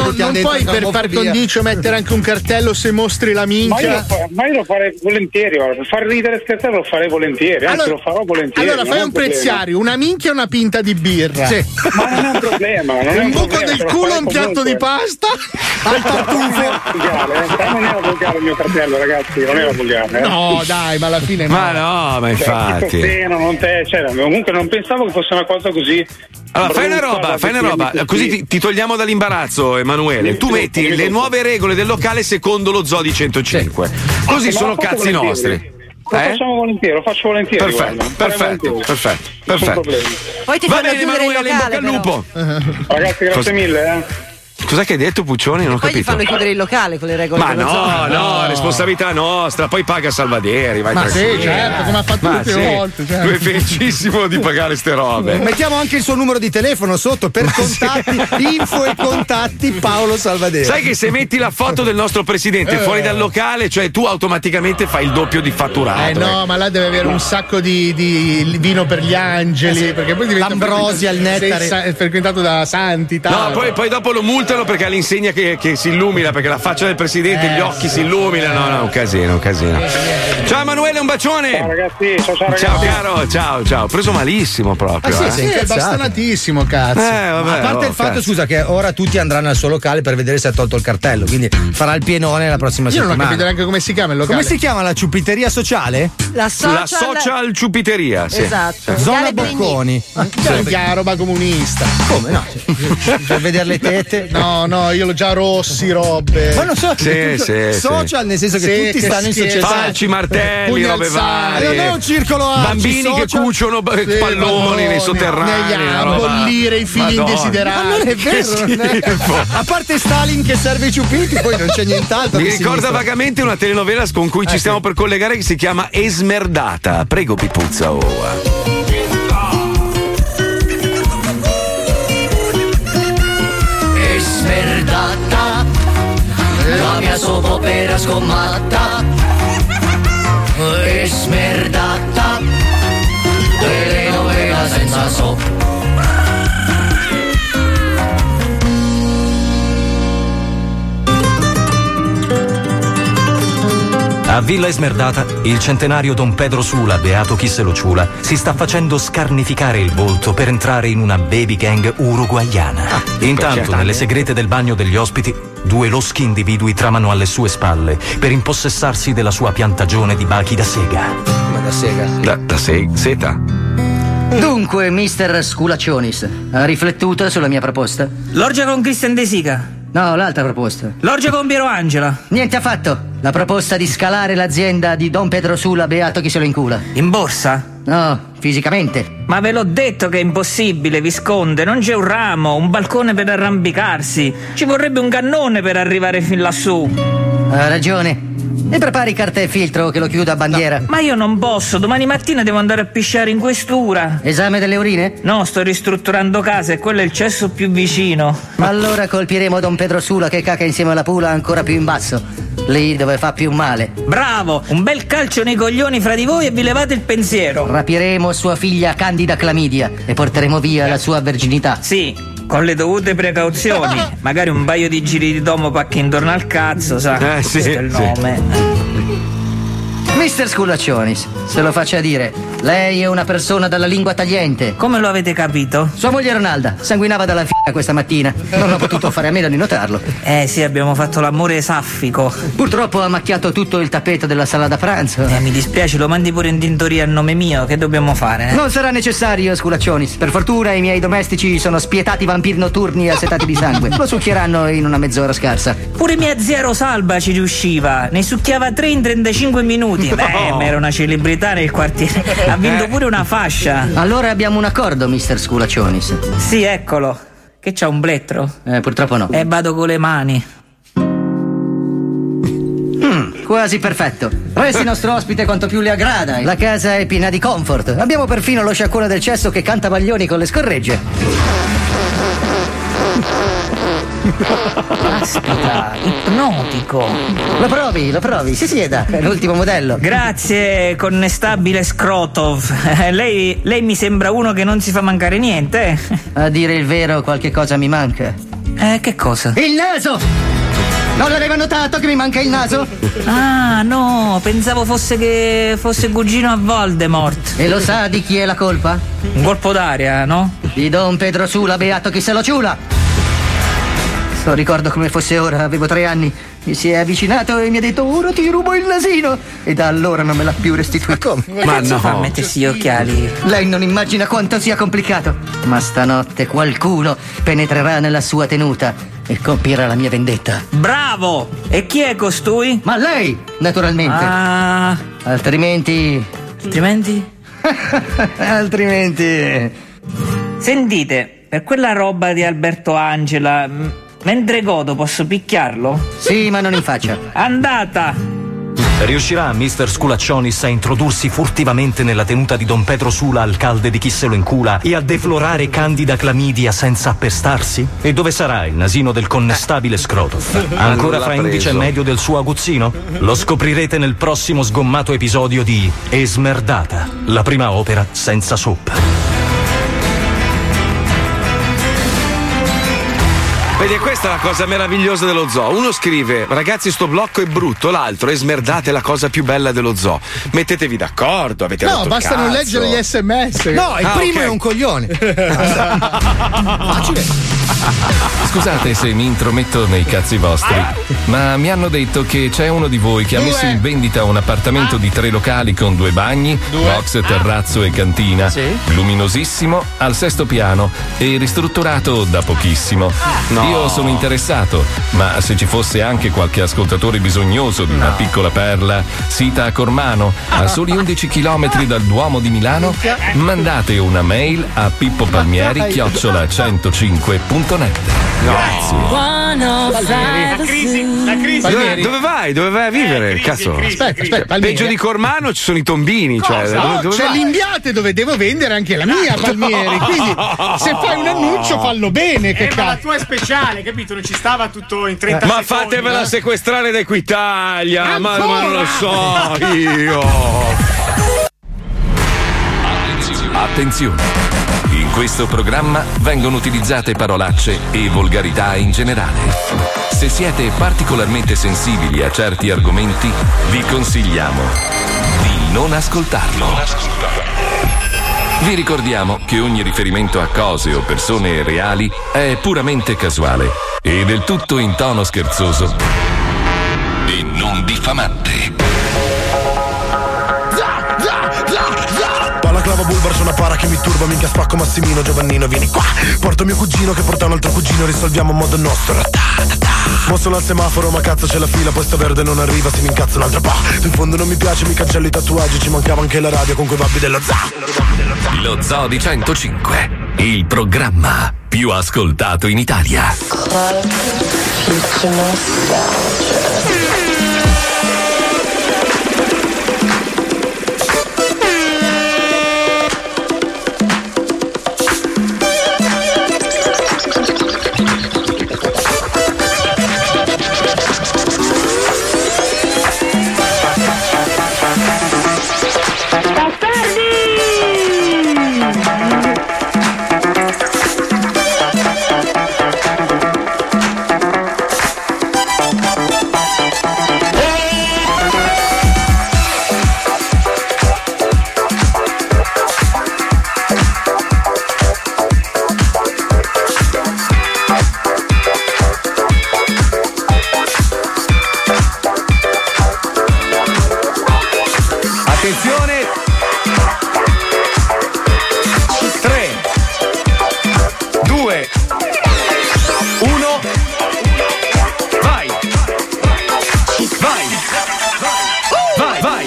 puoi per par condicio mettere anche un cartello se mostri la Ma io, minchia? lo fa- ma io lo farei volentieri, guarda, per far ridere e scherzare lo farei volentieri, anzi Allora- lo farò volentieri. Allora non fai è un problema. preziario, una minchia e una pinta di birra. Sì. Ma non è un problema, non è un un buco problema, del te lo culo, farei un piatto comunque. di pasta al tartufo. Volgare, eh. Non era volgare il mio fratello, ragazzi, non era volgare. eh. No, dai, ma alla fine no. Ma no, ma Cioè, infatti. tipo seno, non te, cioè, comunque non pensavo che fosse una cosa così. Allora, fai una brutta, roba, da fai una definirmi roba, così. così ti, ti togliamo dall'imbarazzo, Emanuele. Tu metti le nuove regole del locale secondo lo zoo di centocinque. Così Ma sono lo faccio cazzi volentieri. nostri. Lo Eh? facciamo volentieri, lo faccio volentieri. Perfetto, guarda, lo farei perfetto, volentieri. perfetto, Nessun perfetto. problema. Poi ti Va fanno bene, chiudere il Emanuele, in locale. bocca al però. lupo. Ragazzi, grazie Cosa- mille, eh. Cos'è che hai detto, Puccioni? Non ho Poi gli capito. fanno chiudere il locale con le regole Ma dello no, zoo. no, responsabilità nostra, poi paga Salvaderi, vai Ma sì, tranquillo. certo, come ha fatto Ma tutte le sì, volte, certo. lui è felicissimo di pagare ste robe. Mettiamo anche il suo numero di telefono sotto per contatti, info e contatti Paolo Salvaderi. Sai che se metti la foto del nostro presidente Eh. fuori dal locale, cioè tu automaticamente fai il doppio di fatturato. Eh no, ma là deve avere un sacco di, di vino per gli angeli, perché poi diventa L'ambrosia, il nettare. sei sa- è frequentato da santi, tal. No, poi, poi dopo lo multano perché ha l'insegna che, che si illumina, perché la faccia del presidente, Eh, gli occhi sì. si illuminano. No, un casino, un casino. Ciao Emanuele, un bacione. Ciao ragazzi, ciao ciao ragazzi. Ciao caro, ciao, ciao. Preso malissimo proprio. Ah, sì, eh. sì, è incazzato. bastonatissimo, cazzo. Eh, vabbè, A parte oh, il fatto, cazzo. scusa, che ora tutti andranno al suo locale per vedere se ha tolto il cartello, quindi farà il pienone la prossima Io non ho settimana. capito neanche come si chiama il locale. Come si chiama la ciupiteria sociale? La social, La social ciupiteria, sì. Esatto. Zona Viale Brindisi. Bocconi. Minchia, roba comunista. Come no? Per vedere le tette? No, no, io l'ho già rossi, robe. Ma non so, Sì, sì, social nel senso che Sì, tutti che stanno in schifo. società. Falci, martelli, Pugni robe alzati. varie. Non è un circolo A, Bambini che social. cuciono b- Sì, palloni nei sotterranei. negli una roba- bollire i figli Madonna. indesiderati. Ma non è vero, non è- schifo. a parte Stalin che serve i ciupiti, poi non c'è nient'altro. Mi di ricorda sinistra. vagamente una telenovela con cui ci stiamo per collegare che si chiama Esmerdata. Prego Pipuzza. Oh. Smerdata, la mia soppopera scomatta. Smerdata, telenovela senza so. A Villa Esmerdata, il centenario Don Pedro Sula, beato chi se lo ciula, si sta facendo scarnificare il volto per entrare in una baby gang uruguayana. Intanto, certo. nelle segrete del bagno degli ospiti, due loschi individui tramano alle sue spalle per impossessarsi della sua piantagione di bachi da sega. Come da sega? Da, da se- seta? Dunque, mister Sculaccionis, ha riflettuto sulla mia proposta? L'orgia con Christian De Sica. No, l'altra proposta. L'orgia con Piero Angela. Niente affatto. La proposta di scalare l'azienda di Don Pedro Sula, beato chi se lo incula. In borsa? No, fisicamente. Ma ve l'ho detto che è impossibile, Visconde. Non c'è un ramo, un balcone per arrampicarsi. Ci vorrebbe un cannone per arrivare fin lassù. Ha ragione. E prepari carta e filtro che lo chiudo a bandiera. Ma io non posso, domani mattina devo andare a pisciare in questura. Esame delle urine? No, sto ristrutturando casa e quello è il cesso più vicino. Allora colpiremo Don Pedro Sula che caca insieme alla pula ancora più in basso. Lì dove fa più male. Bravo, un bel calcio nei coglioni fra di voi e vi levate il pensiero. Rapiremo sua figlia Candida Clamidia e porteremo via la sua verginità. Sì, con le dovute precauzioni. Magari un paio di giri di domo pacchi intorno al cazzo, sa? Eh, sì, Questo è il sì. nome. mister Sculaccionis, se lo faccia dire, lei è una persona dalla lingua tagliente. Come lo avete capito? Sua moglie Ronalda sanguinava dalla f***a questa mattina. Non ho potuto fare a meno di notarlo. Eh sì, abbiamo fatto l'amore saffico. Purtroppo ha macchiato tutto il tappeto della sala da pranzo. Eh, mi dispiace, lo mandi pure in tintoria a nome mio, che dobbiamo fare? Eh? Non sarà necessario, Sculaccionis. Per fortuna i miei domestici sono spietati vampiri notturni assetati di sangue. Lo succhieranno in una mezz'ora scarsa. Pure mia zia Rosalba ci riusciva, ne succhiava tre in trentacinque minuti. Beh, ma era una celebrità nel quartiere. Ha vinto pure una fascia. Allora abbiamo un accordo, mister Sculaccionis. Sì, eccolo. Che c'ha un blettro? Eh, purtroppo no. E vado con le mani. Mm, quasi perfetto. Resti nostro ospite quanto più le aggrada. La casa è piena di comfort. Abbiamo perfino lo sciacquone del cesso che canta baglioni con le scorregge. Aspetta, ipnotico. Lo provi, lo provi, si sieda, è l'ultimo modello. Grazie, connestabile Scrotov. Eh, Lei, lei mi sembra uno che non si fa mancare niente. A dire il vero, qualche cosa mi manca. Eh, che cosa? Il naso! Non l'aveva notato che mi manca il naso? Ah, no, pensavo fosse che fosse cugino a Voldemort. E lo sa di chi è la colpa? Un colpo d'aria, no? Di Don Pedro Sula, beato chi se lo ciula. Lo ricordo come fosse ora, avevo tre anni. Mi si è avvicinato e mi ha detto: ora ti rubo il nasino. E da allora non me l'ha più restituito. Ma no, fa mettersi gli occhiali. Lei non immagina quanto sia complicato. Ma stanotte qualcuno penetrerà nella sua tenuta e compierà la mia vendetta. Bravo! E chi è costui? Ma lei, naturalmente. Ah. Altrimenti. Altrimenti? Altrimenti. Sentite, per quella roba di Alberto Angela, m- mentre godo posso picchiarlo? Sì, ma non in faccia. Andata! Riuscirà mister Sculaccionis a introdursi furtivamente nella tenuta di Don Pedro Sula, alcalde di chi se lo incula, e a deflorare Candida Clamidia senza appestarsi? E dove sarà il nasino del connestabile Scrotov? Ancora fra indice e medio del suo aguzzino? Lo scoprirete nel prossimo sgommato episodio di Esmerdata, la prima opera senza soap. Vedi, questa è la cosa meravigliosa dello zoo. Uno scrive: ragazzi, sto blocco è brutto, l'altro Esmerdate è la cosa più bella dello zoo. Mettetevi d'accordo, avete No, rotto il basta non cazzo. leggere gli sms. No, il Ah, primo ok. è un coglione. Scusate se mi intrometto nei cazzi vostri, ma mi hanno detto che c'è uno di voi che ha Due. messo in vendita un appartamento di tre locali con due bagni, Due. box, terrazzo e cantina, Sì. luminosissimo, al sesto piano e ristrutturato da pochissimo. No. Io sono interessato, ma se ci fosse anche qualche ascoltatore bisognoso di una piccola perla, sita a Cormano, a soli undici chilometri dal Duomo di Milano, mandate una mail a pippopalmieri chiocciola centocinque punto net. Grazie. La crisi, la crisi. Dove, dove vai? Dove vai a vivere? crisi, Cazzo. crisi, Aspetta, crisi. aspetta, Palmieri. Peggio di Cormano ci sono i tombini. Cioè, No, dove, dove c'è vai? l'Imbiate dove devo vendere anche la mia, Palmieri. Quindi se fai un annuncio fallo bene, che Eh, ma la cazzo. tua è speciale, capito? Non ci stava tutto in trenta Ma secondi. fatevela sequestrare da Equitalia, ma, ma non lo Ancora? so io. Attenzione! In questo programma vengono utilizzate parolacce e volgarità in generale. Se siete particolarmente sensibili a certi argomenti, vi consigliamo di non ascoltarlo. Vi ricordiamo che ogni riferimento a cose o persone reali è puramente casuale e del tutto in tono scherzoso e non diffamante. Balaclava bulbar, c'è una para che mi turba, minchia spacco Massimino, Giovannino vieni qua. Porto mio cugino che porta un altro cugino, risolviamo a modo nostro. Mo sono al semaforo ma cazzo c'è la fila, poi sto verde non arriva, se mi incazzo un altro po'. In fondo non mi piace, mi cancello i tatuaggi, ci mancava anche la radio con quei babbi dello zoo. Lo Zoo di centocinque, il programma più ascoltato in Italia. Attenzione. tre, due, uno. Vai. Vai. Vai, vai.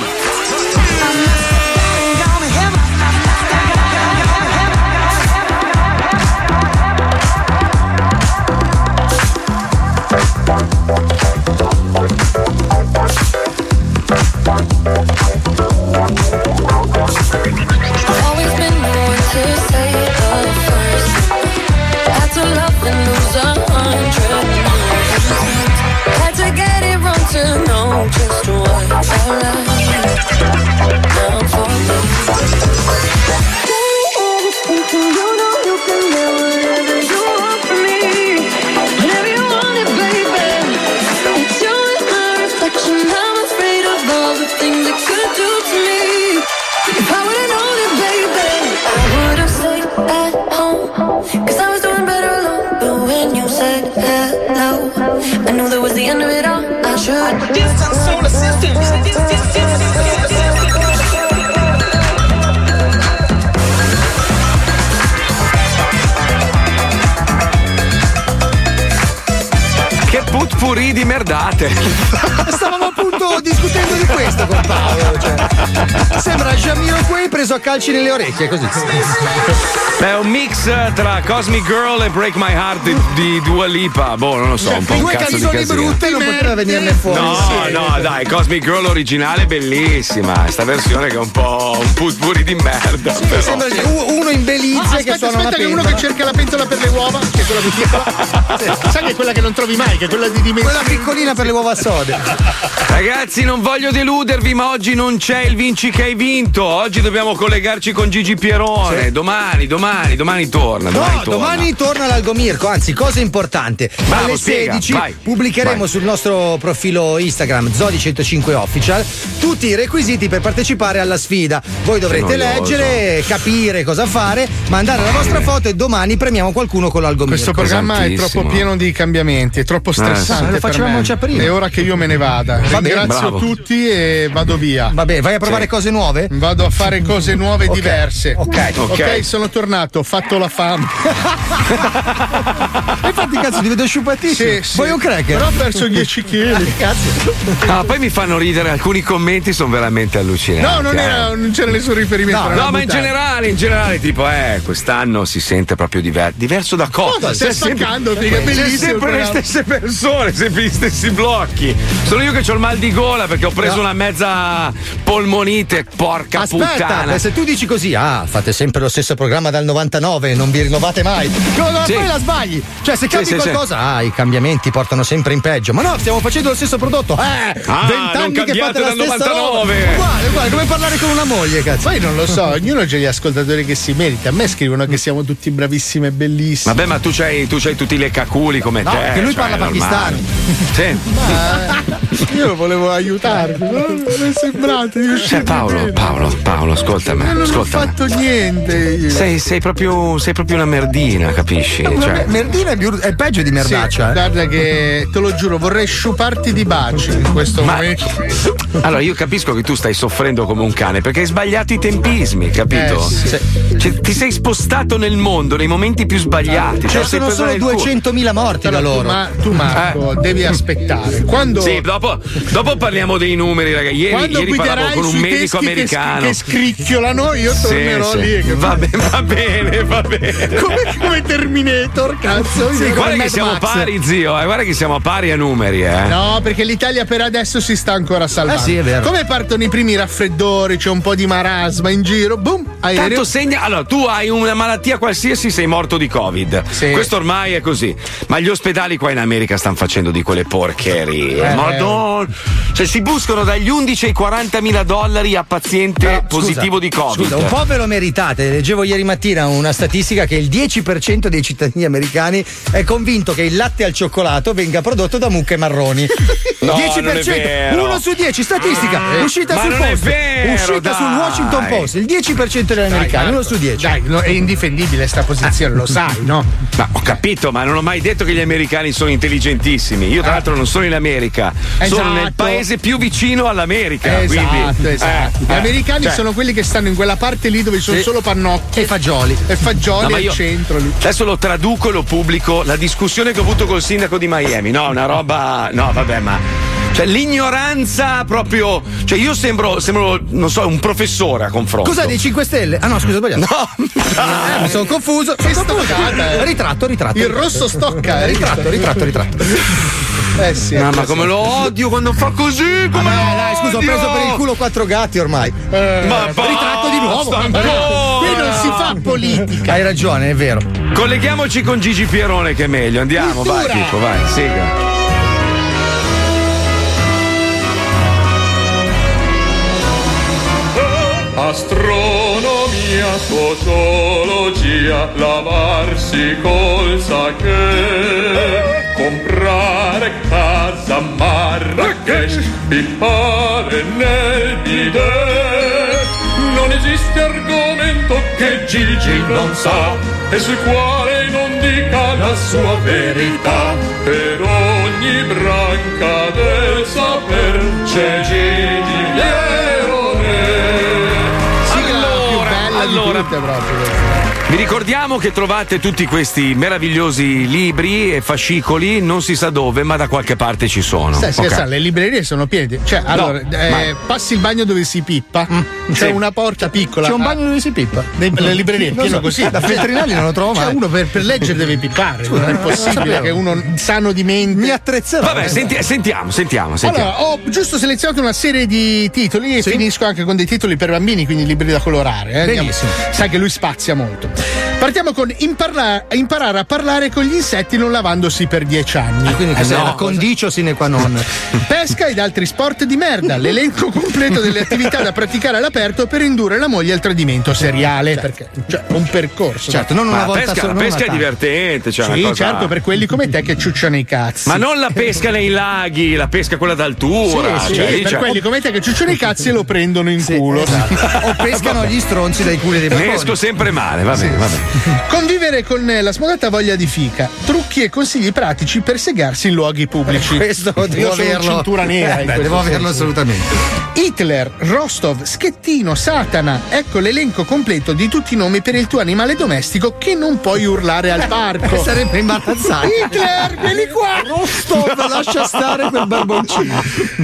Always been the one to say the first. Had to love and lose a hundred times. Had to get it wrong to know just what I like. Now I'm falling. You know you can get whatever you want from me. Che putpurì di merdate. Stavamo appunto discutendo di questo con Paolo. Cioè, sembra Jamiroquai preso a calci nelle orecchie, così. È un mix tra Cosmic Girl e Break My Heart di, di Dua Lipa. Boh, non lo so, un po' un Due cazzo di canzoni casino. brutte non poteva venirne fuori. No, no, dai, Cosmic Girl originale è bellissima. Sta versione che è un po' un putpurì di merda. Sì, però. sembra che uno in Belize Ah, che aspetta, suona una aspetta, che pentola. uno che cerca la pentola per le uova, che è quella più piccola. Sai che è quella che non trovi mai, che è quella di dimensione. Quella piccolina per le uova sode. Ragazzi, non voglio deludervi, ma oggi non c'è il vinci che hai vinto. Oggi dobbiamo collegarci con Gigi Pierone. Sì. Domani, domani, domani torna. No, Domani torna. domani torna l'Algomirco, anzi, cosa importante. Bravo, alle spiega, sedici vai, pubblicheremo vai. sul nostro profilo Instagram Zodi centocinque Official tutti i requisiti per partecipare alla sfida. Voi dovrete noioso. leggere, capire cosa fare, mandare la vostra foto e domani premiamo qualcuno con l'Algomirco. Questo programma è troppo pieno di cambiamenti, è troppo stressante. Eh, lo per facevamo me. già prima. È ora che io me ne vada. Va bene, Ringrazio bravo. tutti e vado via. Va bene, vai a provare Sì. cose nuove? Vado a fare cose nuove Ok, diverse. ok. ok, sono tornato, ho fatto la fame. E infatti, cazzo, ti vedo sciupatissimo. Sì, sì. Vuoi un cracker? Però ho perso dieci chili. Cazzo. Ah, poi mi fanno ridere, alcuni commenti sono veramente allucinanti. No, non, eh. era, non c'era nessun riferimento. No, era una no, ma in buttata. generale, in generale, tipo, eh, quest'anno si sente proprio diver- diverso da cosa? Cosa? Stai C'è sempre- staccando, figa, è C'è bellissimo il sempre le programma. stesse persone, sempre gli stessi blocchi. Sono io che ho il mal di gola perché ho preso No. una mezza polmonite, porca Aspetta, puttana. beh, se tu dici così, ah, fate sempre lo stesso programma dal novantanove e non vi rinnovate mai. No, no, Sì. poi la sbagli. Cioè, se cambi sì, sì. qualcosa, ah, i cambiamenti portano sempre in peggio. Ma no, stiamo facendo lo stesso prodotto. Eh, Ah, vent'anni non che cambiate fate la dal stessa novantanove. roba. Uguale, uguale, come parlare con una moglie, cazzo. Poi non lo so, ognuno ha gli ascoltatori che si merita. A me scrivono che siamo tutti bravissimi e bellissimi. Vabbè, ma tu c'hai, tu c'hai tutti le caculi come No, te. perché lui cioè, parla è normale. pakistano. Sì. Ma io volevo aiutarvi, no? non è sembrato di Cioè, uscire Paolo, bene. Paolo, Paolo, ascoltami. Ma non ho ascoltami. fatto niente io. Sei, sei, proprio, sei proprio una merdina, capisci? Vabbè, Cioè, Merdina è, più- è peggio di merdaccia. Sì, eh. guarda che te lo giuro, vorrei sciuparti di baci in questo Ma- momento. allora, io capisco che tu stai soffrendo come un cane perché hai sbagliato i tempismi, capito? Eh, sì. Cioè, ti sei spostato nel mondo nei momenti più sbagliati. Ci Cioè, sei sono preso solo nel culo. duecentomila morti da Però tu, loro. ma, tu Marco, Eh. devi aspettare. Quando, Sì, dopo, dopo parliamo dei numeri, ragazzi. Ieri, quando ieri parlavo guiderai con un sui medico teschi che, americano. che scricchiolano, io Sì, tornerò sì. lì. che- Va bene, va bene, va bene. Come, come Terminator, cazzo. Sì, io- come Guarda che Mad siamo Max. pari, zio. Eh. Guarda che siamo pari a numeri, eh. No, perché l'Italia per adesso si sta ancora salvando. Eh sì, è vero. Come partono i primi raffreddori, c'è un po' di marasma in giro, boom, aereo. Tanto segna. Allora, tu hai una malattia qualsiasi, sei morto di Covid. Sì. Questo ormai è così. Ma gli ospedali qua in America stanno facendo di quelle porcherie. Eh. Madonna. Cioè, si buscano dagli undici ai quarantamila dollari a paziente Però, positivo scusa, di Covid. Scusa, un po' ve lo meritate. Leggevo ieri mattina una statistica che il dieci per cento dei cittadini americani è convinto che il latte al cioccolato venga prodotto da mucche marroni. No, dieci per cento, non è vero. uno su dieci, statistica, Ah, uscita ma sul non è post. vero, uscita dai. sul Washington Post, il dieci per cento degli Dai, americani, Marco, uno su dieci. Dai, no, è indifendibile sta posizione, lo sai, no? Ma ho capito, ma non ho mai detto che gli americani sono intelligentissimi. Io, tra l'altro, non sono in America, sono Esatto. nel paese più vicino all'America. Esatto, quindi, esatto. eh, Gli eh, americani cioè, sono quelli che stanno in quella parte lì dove ci sono Sì. solo pannocchi E fagioli. e fagioli No, ma al io- centro lì. Adesso lo traduco e lo pubblico. La discussione che ho avuto col sindaco di Miami. No, una roba. No, vabbè, ma. Cioè, l'ignoranza proprio. Cioè, io sembro, sembro, non so, un professore a confronto. Cos'è dei cinque Stelle? Ah no, scusa, ho sbagliato. No! Eh, mi sono confuso. Sei sono confuso. stoccata, eh. Ritratto, ritratto. Il rosso stocca, eh. Ritratto, ritratto, ritratto. Eh sì. No, eh, ma sì. come lo odio quando fa così! Come Vabbè, lo dai, scusa, ho odio! preso per il culo quattro gatti ormai. Eh, Ma ritratto di nuovo. basta ancora! Qui non si fa politica. Hai ragione, è vero. Colleghiamoci con Gigi Pierone che è meglio. Andiamo, Cultura. vai, Pippo, vai, siga. Astronomia, sociologia, lavarsi col sake, comprare casa a Marrakesh, pippare nel bidet. Non esiste argomento che Gigi non sa e sul quale non dica la sua verità. Per ogni branca del saper c'è Gigi Pierone. Allora, allora vi ricordiamo che trovate tutti questi meravigliosi libri e fascicoli, non si sa dove, ma da qualche parte ci sono. Sai, Okay. sa, le librerie sono piene di... Cioè, allora, No, eh, ma- passi il bagno dove si pippa, c'è Sì. una porta piccola. C'è un bagno dove si pippa? Le, le librerie Non pieno so, così. da Feltrinelli non lo trovo Cioè, mai. uno per, per leggere deve pippare, non è non lo possibile sapevo. che uno sano di mente. Mi attrezzerò. Vabbè, senti- sentiamo, sentiamo, sentiamo. Allora, ho giusto selezionato una serie di titoli e finisco anche con dei titoli per bambini, quindi libri da colorare. Eh? Andiamo- Benissimo. Sai che lui spazia molto. Partiamo con imparla- imparare a parlare con gli insetti non lavandosi per dieci anni. Quindi Eh, cos'è no. la condicio sine qua non? Pesca ed altri sport di merda, l'elenco completo delle attività da praticare all'aperto per indurre la moglie al tradimento seriale. Perché cioè, un percorso. Certo, non una Ma la volta pesca, solo, la non pesca è una tanto. divertente, cioè Sì, una cosa... certo, per quelli come te che ciucciano i cazzi. Ma non la pesca nei laghi, la pesca quella d'altura. Sì, sì, cioè, lì per c'è- quelli come te che ciucciano i cazzi e lo prendono in culo. O pescano gli stronzi dai culi dei Ne barboni. esco sempre male, va bene, va bene. Convivere con la smodata voglia di fica, trucchi e consigli pratici per segarsi in luoghi pubblici. Questo Io devo sono averlo. cintura nera. Eh, in beh, questo devo averlo senso. assolutamente. Hitler, Rostov, Schettino, Satana. Ecco l'elenco completo di tutti i nomi per il tuo animale domestico che non puoi urlare al parco. Sarebbe imbarazzante. Hitler, vieni qua! Rostov, lascia stare quel barboncino.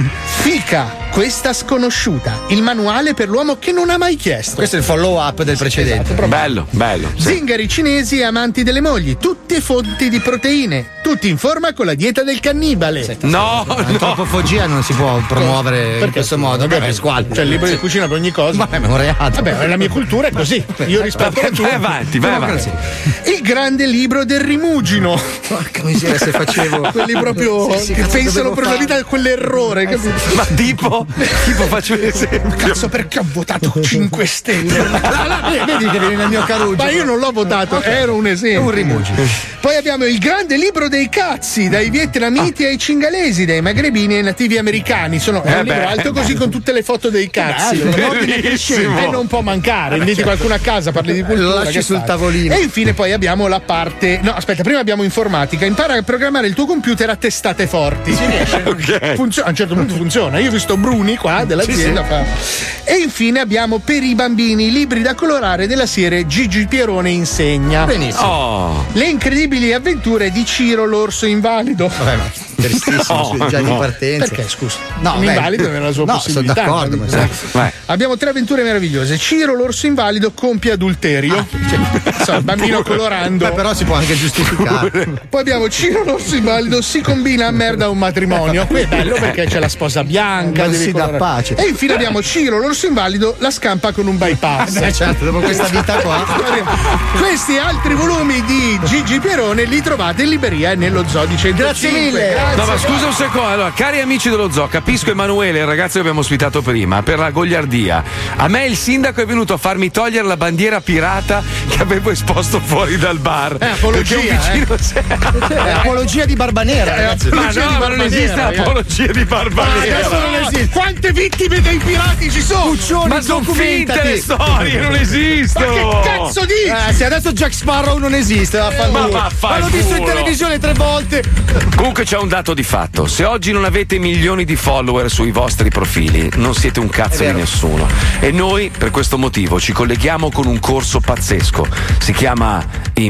Fica, questa sconosciuta. Il manuale per l'uomo che non ha mai chiesto. Questo è il follow up del precedente. Bello, bello. sì. Zingari cinesi e amanti delle mogli, tutte fonti di proteine, tutti in forma con la dieta del cannibale. No, no. L'antropofagia non si può promuovere in questo modo. Vabbè, è squalo. C'è il libro di cucina per ogni cosa. Vabbè, ma è un reato. Vabbè, la mia cultura è così. Io rispetto la tua. Vai avanti, vai avanti. Il grande libro del rimugino. Porca miseria, se facevo. Quelli proprio Sì, sì, che cazzo, pensano dovevo per la fare. vita quell'errore. capito? Ma tipo, tipo faccio un esempio. Cazzo, perché ho votato cinque Stelle? Vedi che vieni nel mio carugio. Ma io non l'ho votato, ero un esempio. È un rimugino. Poi abbiamo il grande libro dei cazzi, dai vietnamiti ai cingalesi, dai magrebini ai nativi americani. Sono, è Eh un libro beh, alto così con tutte le foto dei cazzi. Bellissimo. E non può mancare. Inviti qualcuno a casa, parli di cultura. Lo lasci che sul fai? tavolino. E infine poi abbiamo la parte. No, aspetta, prima abbiamo informatica. Impara a programmare il tuo computer a testate forti. Si riesce? Ok. Funziona, a un certo punto funziona. Io ho visto Bruni qua dell'azienda. Sì, fa- E infine abbiamo per i bambini i libri da colorare della serie Gigi Pierone insegna. Benissimo. Oh. Le incredibili avventure di Ciro l'orso invalido. Vabbè, ma tristissimo, No, già di no. partenza. Perché scusa? No, un beh, invalido non è la sua no, possibilità. sono d'accordo, capito? ma Vai. Abbiamo tre avventure meravigliose. Ciro l'orso invalido compie adulterio. Cioè, insomma, il bambino colorando. Beh, però si può anche giustificare. Poi abbiamo Ciro l'orso invalido si combina a merda un matrimonio. Qui è bello perché c'è la sposa bianca. Non devi si dà colorare. pace. E infine abbiamo Ciro l'orso invalido la scampa con un bypass. Eh, certo, dopo questa vita qua. Questi e altri volumi di Gigi Pierone li trovate in libreria e nello Zoo di centocinque. Grazie mille. Grazie. No, ma scusa un secondo. Allora, cari amici dello zoo, capisco Emanuele, il ragazzo che abbiamo ospitato prima, per la gogliardia. A me il sindaco è venuto a farmi togliere la bandiera pirata che avevo esposto fuori dal bar. Eh, apologia, Perché un vicino È apologia di Barbanera, ragazzi. Ma Apologia no, di ma non Barbanera, esiste ragazzi. apologia di Ma barbarie. adesso non esiste. Quante vittime dei pirati ci sono? Puccioni, Ma sono finte documentati. le storie, non Ma esistono. che cazzo dici? Eh, se adesso Jack Sparrow non esiste, vaffanculo. Ma vaffanculo. Ma l'ho visto in televisione tre volte. Comunque c'è un dato di fatto. Se oggi non avete milioni di follower sui vostri profili, non siete un cazzo di nessuno. E noi, per questo motivo, ci colleghiamo con un corso pazzesco. Si chiama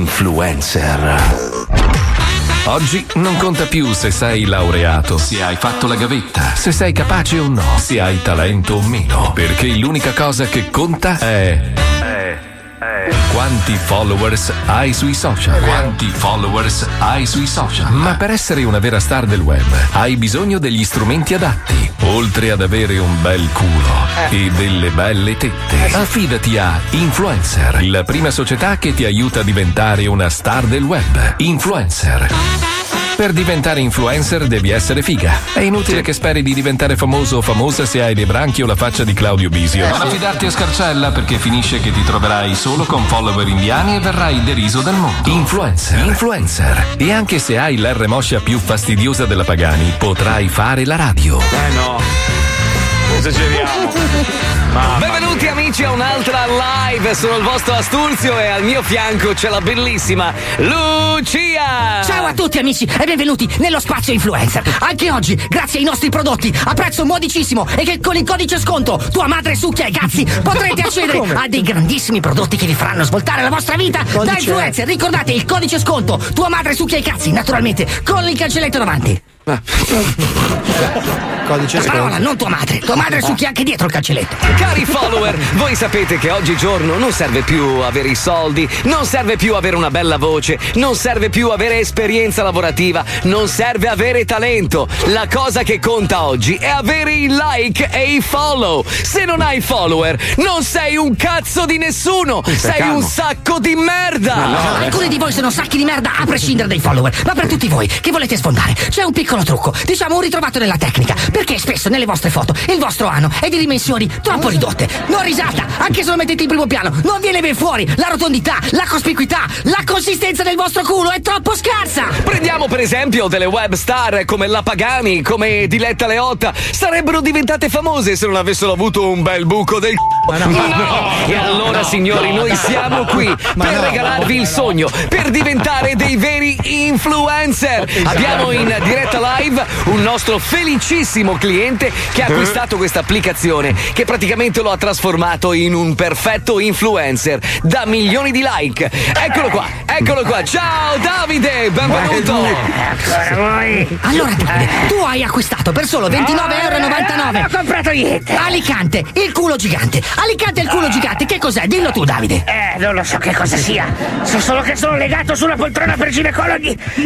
Influencer. Oggi non conta più se sei laureato, se hai fatto la gavetta, se sei capace o no, se hai talento o meno. Perché l'unica cosa che conta è. è. è. Quanti followers hai sui social? Quanti followers hai sui social? Ma per essere una vera star del web hai bisogno degli strumenti adatti. Oltre ad avere un bel culo e delle belle tette, affidati a Influencer, la prima società che ti aiuta a diventare una star del web. Influencer. Per diventare influencer devi essere figa. È inutile che speri di diventare famoso o famosa se hai dei branchi o la faccia di Claudio Bisio. Non affidarti a Scarcella perché finisce che ti troverai solo con follower indiani e verrai deriso dal mondo. Influencer. Influencer. E anche se hai l'R moscia più fastidiosa della Pagani, potrai fare la radio. Eh no. esageriamo. Benvenuti amici a un'altra live, sono il vostro Astuzio e al mio fianco c'è la bellissima Lucia! Ciao a tutti amici e benvenuti nello spazio influencer. Anche oggi, grazie ai nostri prodotti a prezzo modicissimo e che con il codice sconto Tua Madre Succhia i Cazzi potrete accedere a dei grandissimi prodotti che vi faranno svoltare la vostra vita codice. Da influencer. Ricordate il codice sconto Tua Madre Succhia i Cazzi, naturalmente con il cancelletto davanti. Codice la parola, non tua madre. Tua madre succhia anche dietro il cancelletto. Cari follower, voi sapete che oggigiorno non serve più avere i soldi, non serve più avere una bella voce, non serve più avere esperienza lavorativa, non serve avere talento. La cosa che conta oggi è avere i like e i follow. Se non hai follower, non sei un cazzo di nessuno. Sei calmo. Un sacco di merda. No, no, alcuni di voi sono sacchi di merda a prescindere dai follower. Ma per tutti voi che volete sfondare, c'è un piccolo trucco, diciamo un ritrovato nella tecnica, perché spesso nelle vostre foto il vostro ano è di dimensioni troppo ridotte. Non risata, anche se lo mettete in primo piano, non viene ben fuori la rotondità, la cospicuità, la consistenza del vostro culo è troppo scarsa. Prendiamo per esempio delle web star come la Pagani, come Diletta Leotta, sarebbero diventate famose se non avessero avuto un bel buco del c***o. No, no, no. E allora signori, noi siamo qui per regalarvi il sogno, per diventare dei veri influencer. Abbiamo in diretta live un nostro felicissimo cliente che ha acquistato questa applicazione che praticamente lo ha trasformato in un perfetto influencer da milioni di like. Eccolo qua, eccolo qua. Ciao Davide, benvenuto. Ancora voi? Allora Davide, tu hai acquistato per solo ventinove e novantanove euro. Non ho comprato niente. Alicante, il culo gigante. Alicante, il culo gigante, che cos'è? Dillo tu Davide. Eh, non lo so che cosa sia. So solo che sono legato sulla poltrona per ginecologi.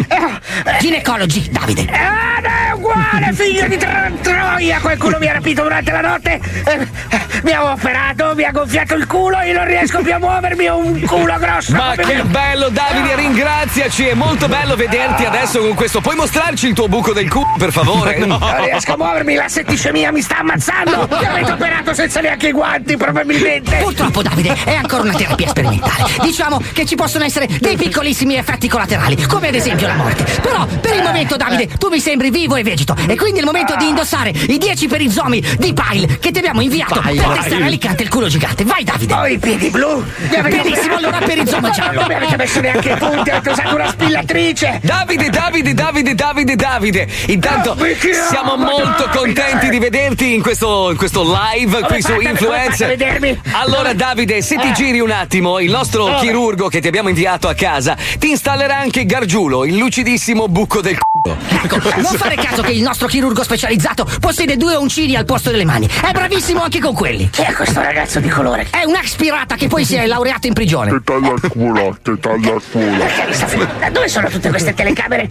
Eh, Ginecologi, Davide. Ah, no, è uguale, figlio di tro- troia! Qualcuno mi ha rapito durante la notte, eh, mi ha operato, mi ha gonfiato il culo e non riesco più a muovermi, ho un culo grosso. Ma che bello Davide, ringraziaci, è molto bello vederti adesso con questo. Puoi mostrarci il tuo buco del culo, per favore? No. Non riesco a muovermi, la setticemia mi sta ammazzando. Mi avete operato senza neanche i guanti, probabilmente. Purtroppo Davide, è ancora una terapia sperimentale. Diciamo che ci possono essere dei piccolissimi effetti collaterali, come ad esempio la morte. Però per il momento Davide, tu mi sembri vivo e vegeto e quindi è il momento di indossare i dieci perizomi di Pile che ti abbiamo inviato Pile. per testare Alicante il culo gigante. Vai Davide. Ho i piedi blu. Benissimo, allora perizomo giallo. Non mi avete messo neanche i punti, avete usato una spillatrice. Davide, Davide, Davide, Davide, Davide. Intanto oh, siamo molto contenti di vederti in questo, in questo live qui su Influencer. Allora Davide, se ti giri un attimo, il nostro chirurgo che ti abbiamo inviato a casa ti installerà anche Gargiulo, il lucidissimo buco del c***o. Ecco, non fare caso che il nostro chirurgo specializzato possiede due uncini al posto delle mani. È bravissimo anche con quelli. Chi è questo ragazzo di colore? È un ex pirata che poi si è laureato in prigione. Ti taglia il culo, ti taglia il culo. Perché mi sta finendo? Dove sono tutte queste telecamere?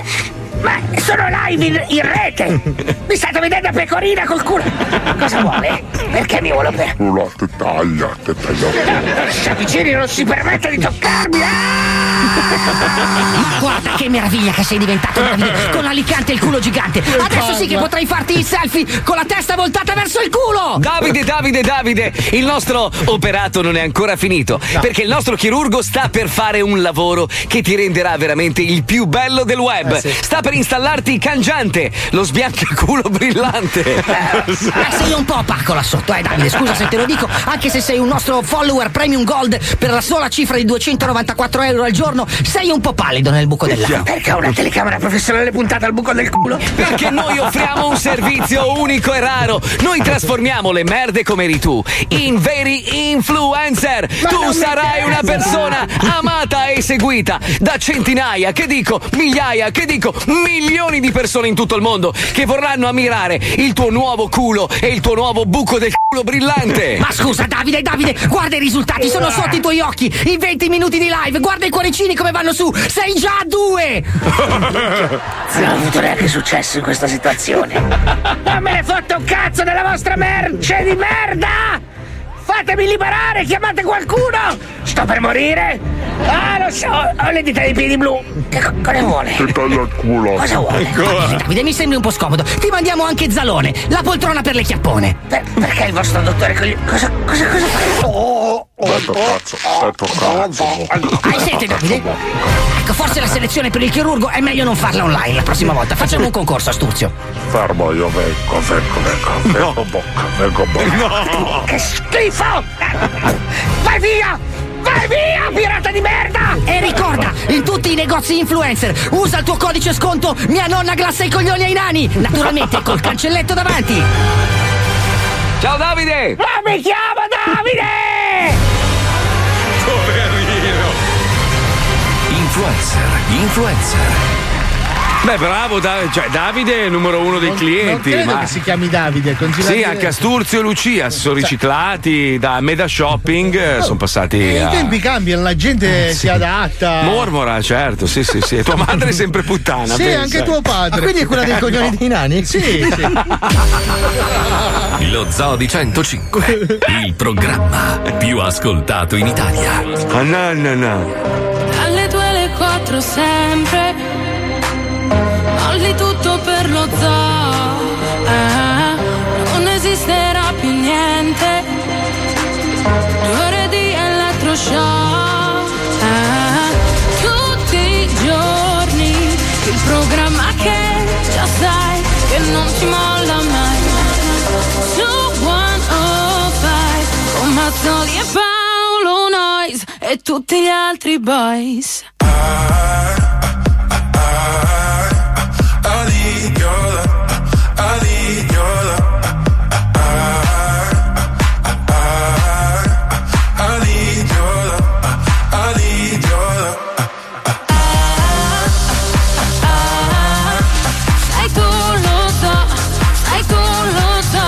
Ma sono live in, in rete! Mi state vedendo a Pecorina col culo! Cosa vuole? Perché mi vuole operare? Culo, ti taglia, ti taglia il culo. Si avvicini, non si permette di toccarmi! Ah! Ma guarda che meraviglia che sei diventato Davide, con Alicante e il culo gigante. Adesso sì che potrai farti il selfie con la testa voltata verso il culo. Davide, Davide, Davide, il nostro operato non è ancora finito, no. Perché il nostro chirurgo sta per fare un lavoro che ti renderà veramente il più bello del web. Eh, sì. Sta per installarti Cangiante, lo sbiancaculo brillante. Eh, sei un po' opaco là sotto, eh Davide, scusa se te lo dico, anche se sei un nostro follower premium gold per la sola cifra di duecentonovantaquattro euro al giorno, sei un po' pallido nel buco dell'ano. Perché ho una telecamera professionale puntata al buco del culo? Perché noi offriamo un servizio unico e raro. Noi trasformiamo le merde come eri tu in veri influencer. Ma tu sarai una persona amata e seguita da centinaia, che dico migliaia, che dico milioni di persone in tutto il mondo che vorranno ammirare il tuo nuovo culo e il tuo nuovo buco del culo brillante. Ma scusa Davide, Davide, guarda i risultati, sono sotto i tuoi occhi. In venti minuti di live, guarda i cuoricini come vanno su. Sei già a due. Non ho avuto neanche successo in questa situazione. Non me ne fotte un cazzo della vostra merce di merda! Fatemi liberare, chiamate qualcuno! Sto per morire! Ah, lo so, ho le dita dei piedi blu. Che co- cosa vuole? Ti taglia il culo. Cosa vuole? Davide, Davide, mi sembri un po' scomodo. Ti mandiamo anche Zalone, la poltrona per le chiappone. Per, perché il vostro dottore con gli... Cosa, cosa, cosa fa? Oh! Detto cazzo, detto cazzo. Hai sete, Davide? Ecco, forse la selezione per il chirurgo è meglio non farla online la prossima volta. Facciamo un concorso, Astuzio. Fermo, io vengo, vengo, vengo, vengo bocca, vengo bocca. No! Che schifo! Vai via! Vai via, pirata di merda! E ricorda, in tutti i negozi influencer, usa il tuo codice sconto Mia nonna glassa i coglioni ai nani! Naturalmente col cancelletto davanti! Ciao Davide! Ma mi chiamo Davide! Poverino! Influencer, influencer. Beh, bravo, Dav- cioè, Davide è il numero uno dei Non clienti. credo ma... che si chiami Davide. continua a Sì, dire- anche Asturzio e Lucia si sono riciclati da Meda Shopping, eh, sono passati Eh, a... I tempi cambiano, la gente Eh, si sì. adatta. Mormora, certo, sì, sì, sì. E tua madre è sempre puttana. Sì, pensa. anche tuo padre. Ah, quindi è quella dei coglioni No. dei nani? Sì, sì. Lo Zoo di centocinque, il programma più ascoltato in Italia. Ah, no, no, no. Alle due alle quattro sempre molli tutto per lo zoo, eh, non esisterà più niente. Due ore di elettroshock, eh, tutti i giorni il programma che già sai che non ti molla mai. Su centocinque con Mazzoli e Paolo Noyes e tutti gli altri boys. I need your love, I need your love. I, I, I need your love, I need your love. Sai tu lo so, sai tu lo so.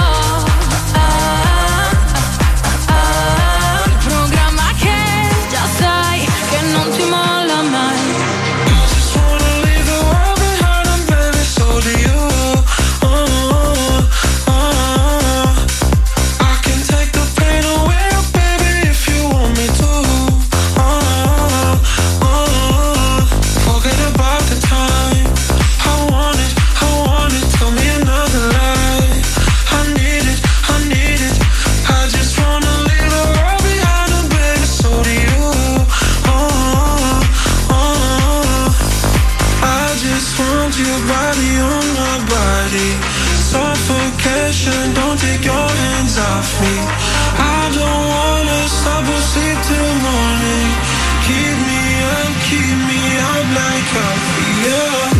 Il programma che già sai che non ti molla mai. Just wanna leave the world behind and baby, so do you. Oh, oh, oh. I can take the pain away, oh, baby, if you want me to. Oh, oh, oh. Forget about the time. I want it, I want it. Tell me another lie. I need it, I need it. I just wanna leave the world behind and baby, so do you. Oh, oh, oh. I just want your body on my body. Suffocation, don't take your hands off me. I don't wanna stop or sleep till morning. Keep me up, keep me up like coffee, yeah.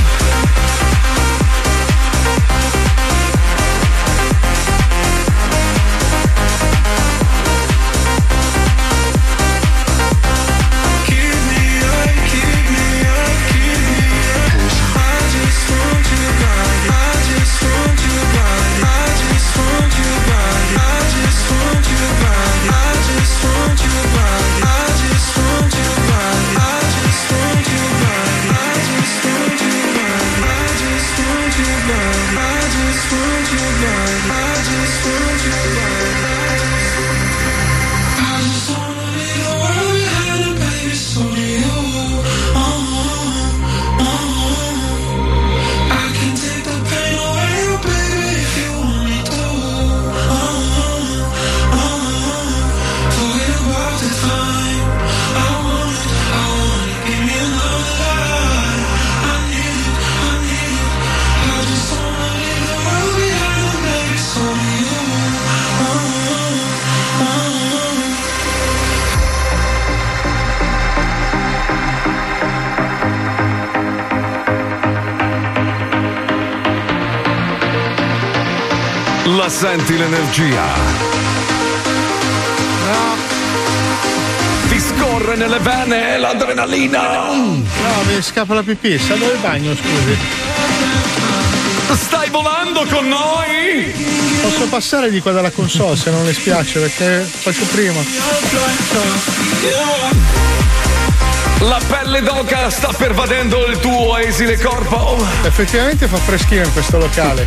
Keep me up, keep me up, keep me up. I just want your body. I just want your body. I just want your body. I just want your body. I just want your body. I just want your body. I just want your body. I just want your body. I just want your body. I just want your body. I just want your body. I just wanna leave the world behind and baby, so do you. Oh, oh, oh. I can take the pain away, oh baby, if you want me to. Oh, oh, oh. Forget about the time. I want it, I want it. Give me another lie. I need it, I need it. I just wanna leave the world behind and baby, so do you. Oh, oh, oh. La senti l'energia? Ti scorre nelle vene l'adrenalina. No, mi scappa la pipì. Sta dove il bagno, scusi? Stai volando con noi? Posso passare di qua dalla console se non le spiace, perché faccio prima. La pelle d'oca sta pervadendo il tuo esile corpo. Effettivamente fa freschino in questo locale.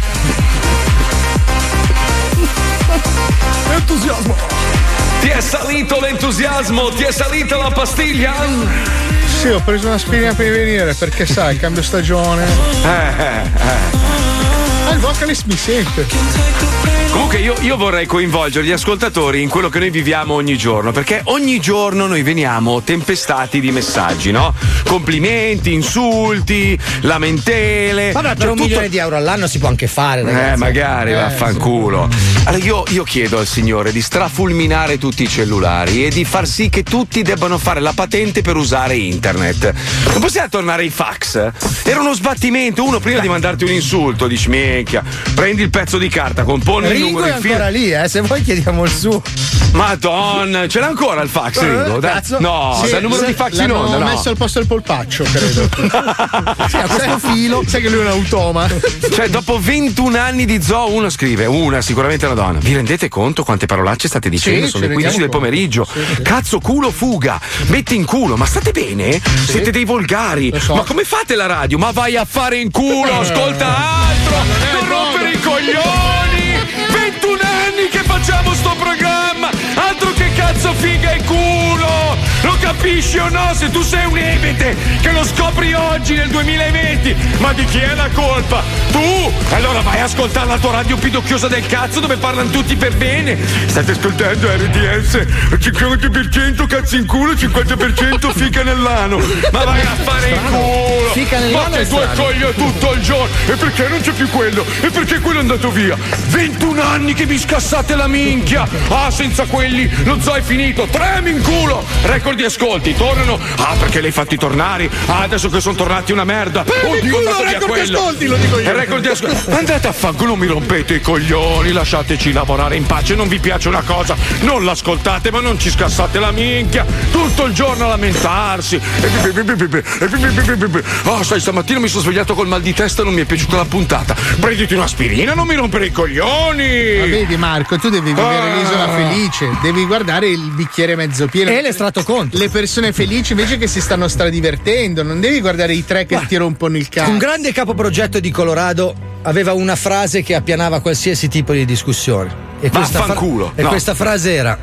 Entusiasmo. Ti è salito l'entusiasmo? Ti è salita la pastiglia? Sì, ho preso una spina per venire, perché sai, cambio stagione. Eh, eh, eh. il vocalist mi sente. Comunque io, io vorrei coinvolgere gli ascoltatori in quello che noi viviamo ogni giorno, perché ogni giorno noi veniamo tempestati di messaggi, no? Complimenti, insulti, lamentele. Vabbè, per cioè, un tutto... milione di euro all'anno si può anche fare, ragazzi. Eh, magari, eh, vaffanculo. Allora io, io chiedo al Signore di strafulminare tutti i cellulari e di far sì che tutti debbano fare la patente per usare internet. Non possiamo tornare ai fax? Era uno sbattimento. Uno prima di mandarti un insulto dici, minchia, prendi il pezzo di carta, componi il Ringo numero è in fila. ancora lì, eh, se vuoi chiediamo il suo. Madonna, ce l'ha ancora il fax, Ringo? Dai. Cazzo. No, Sì, dal numero sì, di fax in l'hanno onda, no. messo al posto del polpaccio, credo. Sì, a questo filo. Sai che lui è un automa. Cioè, dopo ventuno anni di zoo, uno scrive, una, sicuramente una donna. Vi rendete conto quante parolacce state dicendo? Sì, Sono ci le quindici del rendiamo pomeriggio. conto. Sì, sì. Cazzo, culo, fuga. Metti in culo. Ma state bene? Siete dei volgari. so. Ma come fate la radio? Ma vai a fare in culo, ascolta altro. Non rompere i coglioni. ventuno anni che facciamo sto programma. Altro che cazzo, figa e culo. Lo capisci o no? Se tu sei un ebete che lo scopri oggi nel duemilaventi, ma di chi è la colpa? Tu? Allora vai a ascoltare la tua radio pidocchiosa del cazzo dove parlano tutti per bene. State ascoltando R D S, cinquanta per cento cazzo in culo, cinquanta per cento fica nell'ano. Ma vai a fare in culo. Fica nell'ano Ma è che due strano. coglioni tutto il giorno. E perché non c'è più quello? E perché quello è andato via? ventuno anni che vi scassate la minchia. Ah, senza quelli lo zoo è finito. Tremi in culo. Record di ascolti, tornano. Ah, perché li hai fatti tornare? Ah, adesso che sono tornati una merda. Oddio, culo, andato via record di quello. ascolti, lo dico io. E record di ascolti. Andate a fanculo, non mi rompete i coglioni, lasciateci lavorare in pace. Non vi piace una cosa, non l'ascoltate, ma non ci scassate la minchia. Tutto il giorno a lamentarsi. Ah, sai, stamattina mi sono svegliato col mal di testa e non mi è piaciuta la puntata. Prenditi un'aspirina, non mi rompere i coglioni. Ma vedi, Marco, tu devi vivere Ah. l'isola felice, devi guardare il bicchiere mezzo pieno. E l'estratto conto. Le persone felici invece che si stanno stradivertendo, non devi guardare i tre che ti rompono il cazzo. Un grande capoprogetto di Colorado aveva una frase che appianava qualsiasi tipo di discussione. E questa, Vaffanculo, e no. questa frase era: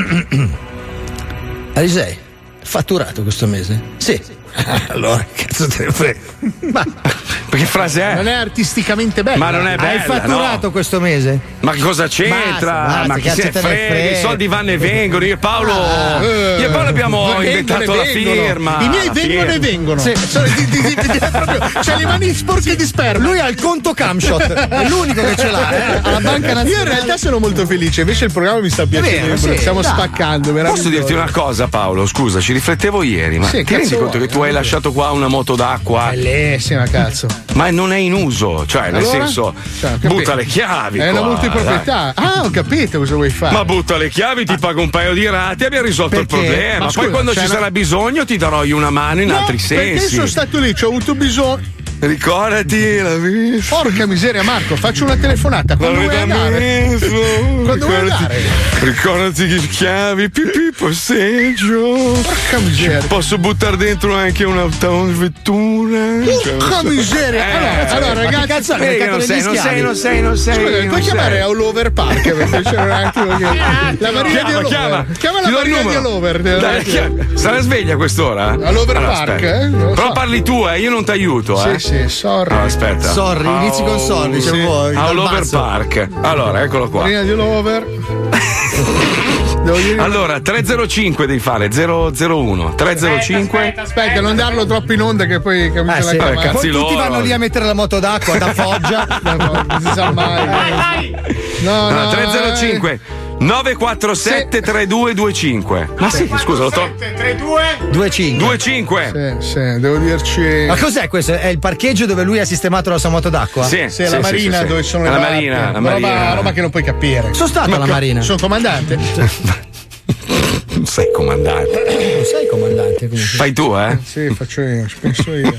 Alisei, fatturato questo mese? Sì. Allora, cazzo te ne frega. Ma che frase è? Non è artisticamente bella. Ma non è bella. Hai fatturato no. questo mese? Ma cosa c'entra? Basta, basta, ma che chi se cazzo ne te ne frega? frega? I soldi vanno e vengono. Io e Paolo, Ah, io e Paolo abbiamo vengono inventato e la vengono. firma. I miei la vengono firma. e vengono. Sì. Sono- di- di- di- di- proprio, c'ha le mani sporche di sperma. Lui ha il conto camshot, è l'unico che ce l'ha, eh? Alla banca nazionale. Io in realtà sono molto felice, invece il programma mi sta piacendo. vero, sì, Stiamo dai. spaccando, veramente. Posso dirti una cosa, Paolo? Scusa, ci riflettevo ieri, ma Sì, ti rendi cazzo conto vuoi? che tu hai lasciato qua una moto d'acqua? Bellissima, cazzo. Ma non è in uso, cioè, nel Allora? senso, Cioè, ho capito. butta le chiavi. È una qua, multiproprietà. Ah, ho capito cosa vuoi fare. dai. Ma butta le chiavi, ti pago un paio di rate e abbiamo risolto Perché? il problema. Ma Poi scusa, quando c'è ci una- sarà bisogno ti darò io una mano in No, altri perché sensi. sono stato lì, ho avuto bisogno. Ricordati la vita. Porca miseria, Marco, faccio una telefonata. Quando vuoi andare? Quando vuoi andare? Ricordati che chiavi, pipì, passeggio. Porca miseria. Posso buttare dentro anche un'autovettura. Porca miseria. Allora, allora, ma che ragazzi, cazzo è? perché Non degli sei, non schiavi? sei, non sei, non sei, Scusa, non puoi sei. chiamare All Over Park? Perché c'era un attimo che. La Marina di Chiama, All chiama. Over. Chiama la Ti do il Marina di numero. All Over. Dai, chiama. Sarà sveglia a quest'ora? All'Over Allora, Park, aspetta. eh? Non lo Però so. parli tu, eh? Io non ti aiuto, eh? Sì, sì, sorry. Allora, aspetta. Sorry, inizi con sorry, se vuoi, dal All Over basso. Park. Allora, eccolo qua. Marina di All Over. Devo dire. Allora, tre zero cinque devi fare, zero zero uno. tre zero cinque. Aspetta, non darlo troppo in onda che poi comincia Eh, la sì. chiamata. cazzi Poi tutti loro. vanno lì a mettere la moto d'acqua da Foggia. Non si sa mai. No, No, no. tre zero cinque nove quattro sette tre due due cinque. Ma sì, scusa, lo to. tre due due cinque. due cinque. Sì, sì, devo dirci. Ma cos'è questo? È il parcheggio dove lui ha sistemato la sua moto d'acqua? Sì, Sì, la Marina dove ci sono le la barche. Marina, la Roba- Marina. roba che non puoi capire. Sono stato alla Marina. Sono comandante. Non sei comandante. Non sei comandante comunque. Fai tu, eh? Sì, faccio io, ci penso io.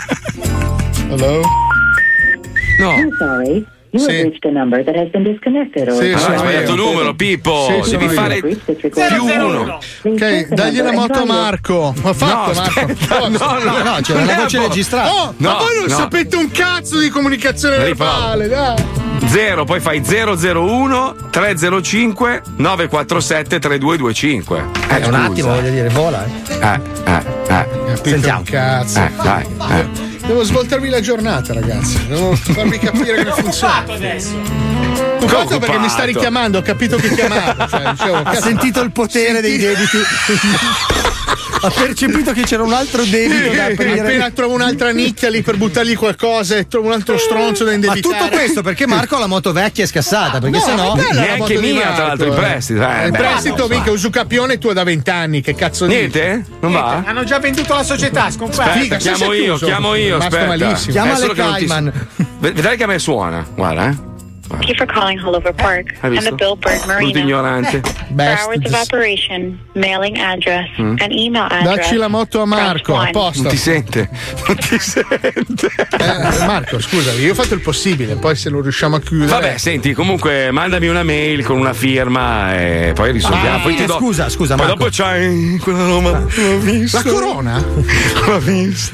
Hello? No. I'm sorry. You Sì. have reached a number that has been disconnected or Sì, Ah, sono hai sbagliato io. il numero, Pippo. Sì, Devi sono fare io. più uno. Ok, dagli la moto a Marco. Ho fatto, No, Marco. aspetta, no, no, No, c'era la voce registrata. Oh, No, ma voi non no. sapete un cazzo di comunicazione Riprova. verbale, dai. zero, poi fai zero zero uno tre zero cinque nove quattro sette tre due due cinque. Eh, Eh, un attimo, voglio dire, vola. Eh. Eh, eh, eh. Capito Sentiamo. un cazzo. Eh, dai, eh. Devo svoltarvi la giornata, ragazzi. Devo farvi capire come funziona. adesso. Occupato perché mi sta richiamando, ho capito che chiamava. Cioè, dicevo, ha cazzo, sentito il potere dei debiti. Ha percepito che c'era un altro debito da aprire. Appena trovo un'altra nicchia lì per buttargli qualcosa e trovo un altro stronzo da indebitare. Ma tutto questo perché Marco ha la moto vecchia e scassata, perché no, sennò neanche mia, tra l'altro, in prestito. Eh, in beh, prestito, no, mica, usucapione tu da vent'anni, che cazzo di. Niente? Non va? Hanno già venduto la società, scomparsa. Aspetta, chiamo io, chiamo io, aspetta. Chiama È le solo che non ti- Cayman. Vedrai che a me suona, guarda, eh. Thank you for calling Hullover Park Hai and visto? the Billboard Brutto Marina. ignorante. For hours of operation, mailing address, Mm. and email address. Dacci la moto a Marco, a posto. Non ti sente, non ti sente. Eh, Marco, scusami, io ho fatto il possibile, poi se lo riusciamo a chiudere. Vabbè, senti, comunque mandami una mail con una firma e poi risolviamo. Ah, poi ti do- scusa, scusa, Poi Marco. dopo c'hai quella roba. L'ho visto. La corona? L'ho visto.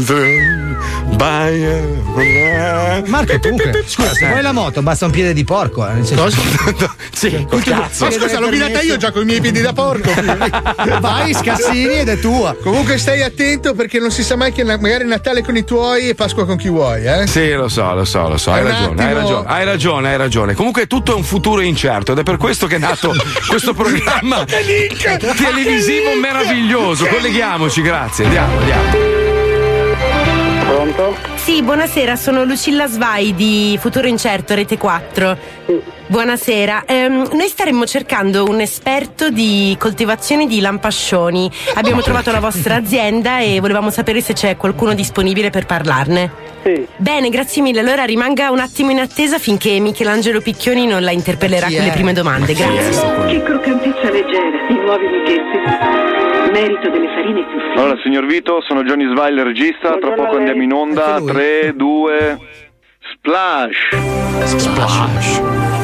Baia. Marco, comunque, scusa, se vuoi la moto basta un piede di porco. Eh, nel senso- Sì, col cazzo. Ma scusa, l'ho guidata io già con i miei piedi da porco. Vai, scassini ed è tua. Comunque stai attento perché non si sa mai che na- magari Natale con i tuoi e Pasqua con chi vuoi, eh? Sì, lo so, lo so, lo so, hai È un ragione, hai attimo- ragione, hai ragione, hai ragione. Comunque tutto è un futuro incerto ed è per questo che è nato questo programma televisivo meraviglioso. Colleghiamoci, grazie, andiamo, andiamo. Pronto? Sì, buonasera, sono Lucilla Svai di Futuro Incerto, Rete quattro. Buonasera, Ehm, noi staremmo cercando un esperto di coltivazione di lampascioni. Abbiamo trovato la vostra azienda e volevamo sapere se c'è qualcuno disponibile per parlarne. Sì. Bene, grazie mille. Allora rimanga un attimo in attesa finché Michelangelo Picchioni non la interpellerà con le prime domande. Grazie. Che croccantezza leggera, i nuovi michezzi. Merito delle farine più fine. Allora, signor Vito, sono Johnny Svai, il regista. Tra poco andiamo in onda. tre, due, splash. Splash.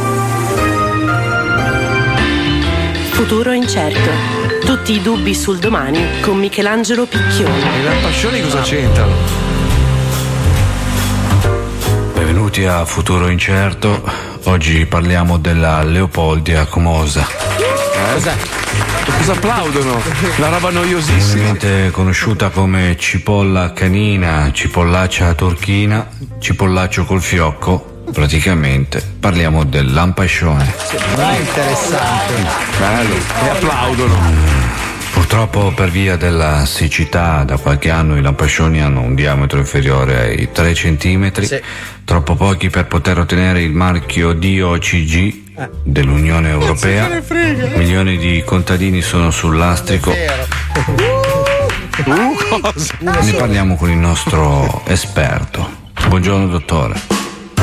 Futuro incerto. Tutti i dubbi sul domani con Michelangelo Picchioni. E la passione cosa c'entrano? Benvenuti a Futuro Incerto. Oggi parliamo della Leopoldia comosa. Cos'è? Cosa applaudono? La roba noiosissima. Comunemente conosciuta come cipolla canina, cipollaccia turchina, cipollaccio col fiocco. Praticamente parliamo del lampascione. Vai, interessante. Bello. E applaudono. Purtroppo per via della siccità da qualche anno i lampascioni hanno un diametro inferiore ai tre centimetri, Sì. troppo pochi per poter ottenere il marchio D O C G dell'Unione Europea. Milioni di contadini sono sul lastrico. Uh, cosa? Ne parliamo con il nostro esperto. Buongiorno dottore.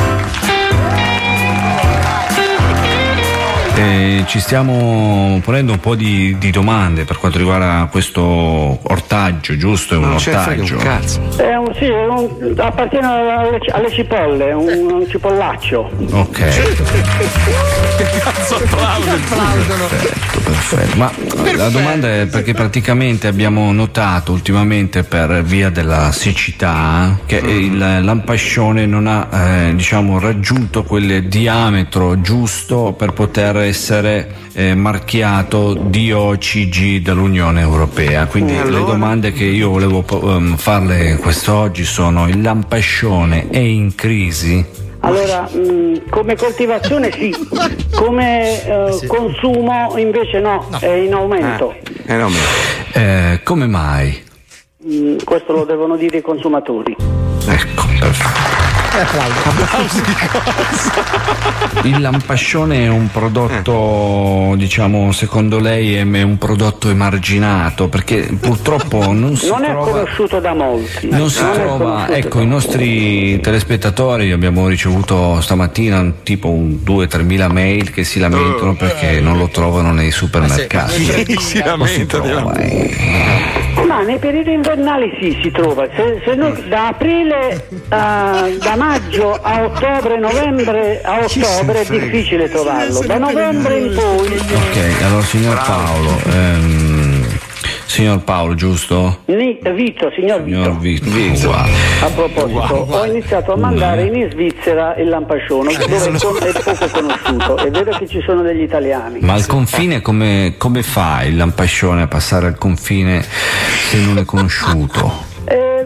E ci stiamo ponendo un po' di, di domande per quanto riguarda questo ortaggio, giusto? È un Non c'è frega ortaggio. un cazzo. È un, sì, è un, appartiene alle, alle cipolle, è un, un cipollaccio. Ok. Che cazzo applaudono? Perfetto, perfetto. Ma la domanda è perché praticamente abbiamo notato ultimamente per via della siccità che il lampascione non ha eh, diciamo raggiunto quel diametro giusto per poter essere eh, marchiato D O C G dall'Unione Europea. Quindi E allora? le domande che io volevo um, farle quest'oggi sono: il lampascione è in crisi? Allora, mh, come coltivazione sì, come eh, consumo invece no, è in aumento. Eh, no, Eh, come mai? Mh, questo lo devono dire i consumatori. Ecco, perfetto. Applausi di cosa? Il lampascione è un prodotto, diciamo, secondo lei è un prodotto emarginato perché purtroppo non si Non è trova. conosciuto da molti. Non si è trova, conosciuto ecco, da i nostri telespettatori abbiamo ricevuto stamattina un tipo un due tre mila mail che si lamentano perché non lo trovano nei supermercati. Si lamenta di trova, Ma nei periodi invernali sì, si trova. Se, se no, da aprile a, da maggio a ottobre, novembre a ottobre è difficile trovarlo. Da novembre in poi. Ok, allora signor Paolo, ehm, signor Paolo, giusto? Ni, Vito, signor Vito. Signor Vito, uguale. A proposito, ho iniziato a mandare in Svizzera il lampascione, dove è, con- è poco conosciuto. È vero che ci sono degli italiani. Ma al confine come, come fa il lampascione a passare al confine se non è conosciuto? Eh, no,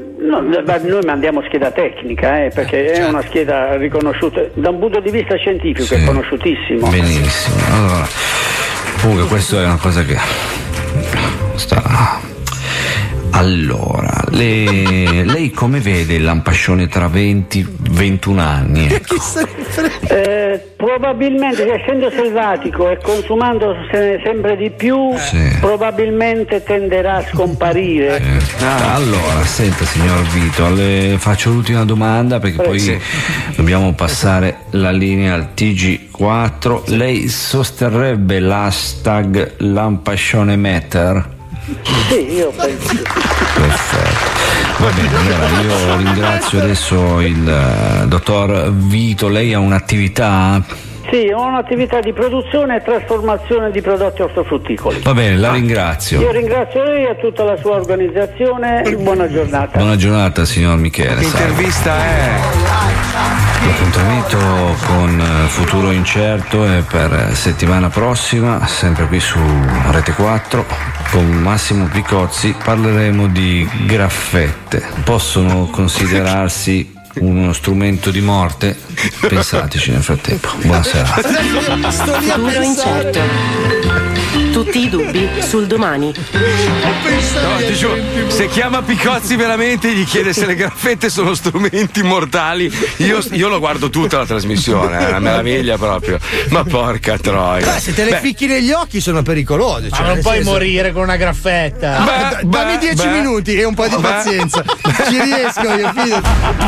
noi mandiamo scheda tecnica, eh, perché è una scheda riconosciuta da un punto di vista scientifico, Sì. è conosciutissimo. Benissimo. Allora, comunque questo è una cosa che sta. Allora, le- lei come vede il lampascione tra venti ventuno anni? Ecco. Eh, probabilmente, essendo selvatico e consumandosene sempre di più, Sì. probabilmente tenderà a scomparire. Ah, allora, senta signor Vito, le faccio l'ultima domanda perché poi Sì. dobbiamo passare la linea al T G quattro. Lei sosterrebbe l'hashtag lampascione meter? Sì, io penso. Perfetto. Va bene, allora io ringrazio adesso il eh, dottor Vito. Lei ha un'attività? Sì, ho un'attività di produzione e trasformazione di prodotti ortofrutticoli. Va bene, la ringrazio. Io ringrazio lei e tutta la sua organizzazione. Buona giornata. Buona giornata signor Michele. Che salve. intervista è? L'appuntamento con eh, Futuro Incerto è per settimana prossima, sempre qui su Rete quattro, con Massimo Picozzi. Parleremo di graffette. Possono considerarsi uno strumento di morte? Pensateci nel frattempo. Buonasera. Futuro incerto. Tutti i dubbi sul domani. No, ti giuro, se chiama Picozzi veramente e gli chiede se le graffette sono strumenti mortali, io, io lo guardo tutta la trasmissione, è una meraviglia proprio. Ma porca troia. Beh, se te le Beh, ficchi negli occhi sono pericolose. Ma Cioè, non nel puoi senso- morire con una graffetta. Ah, Beh, d- dammi beh, dieci beh. minuti e un po' di Beh. pazienza. Ci riesco io, fidati.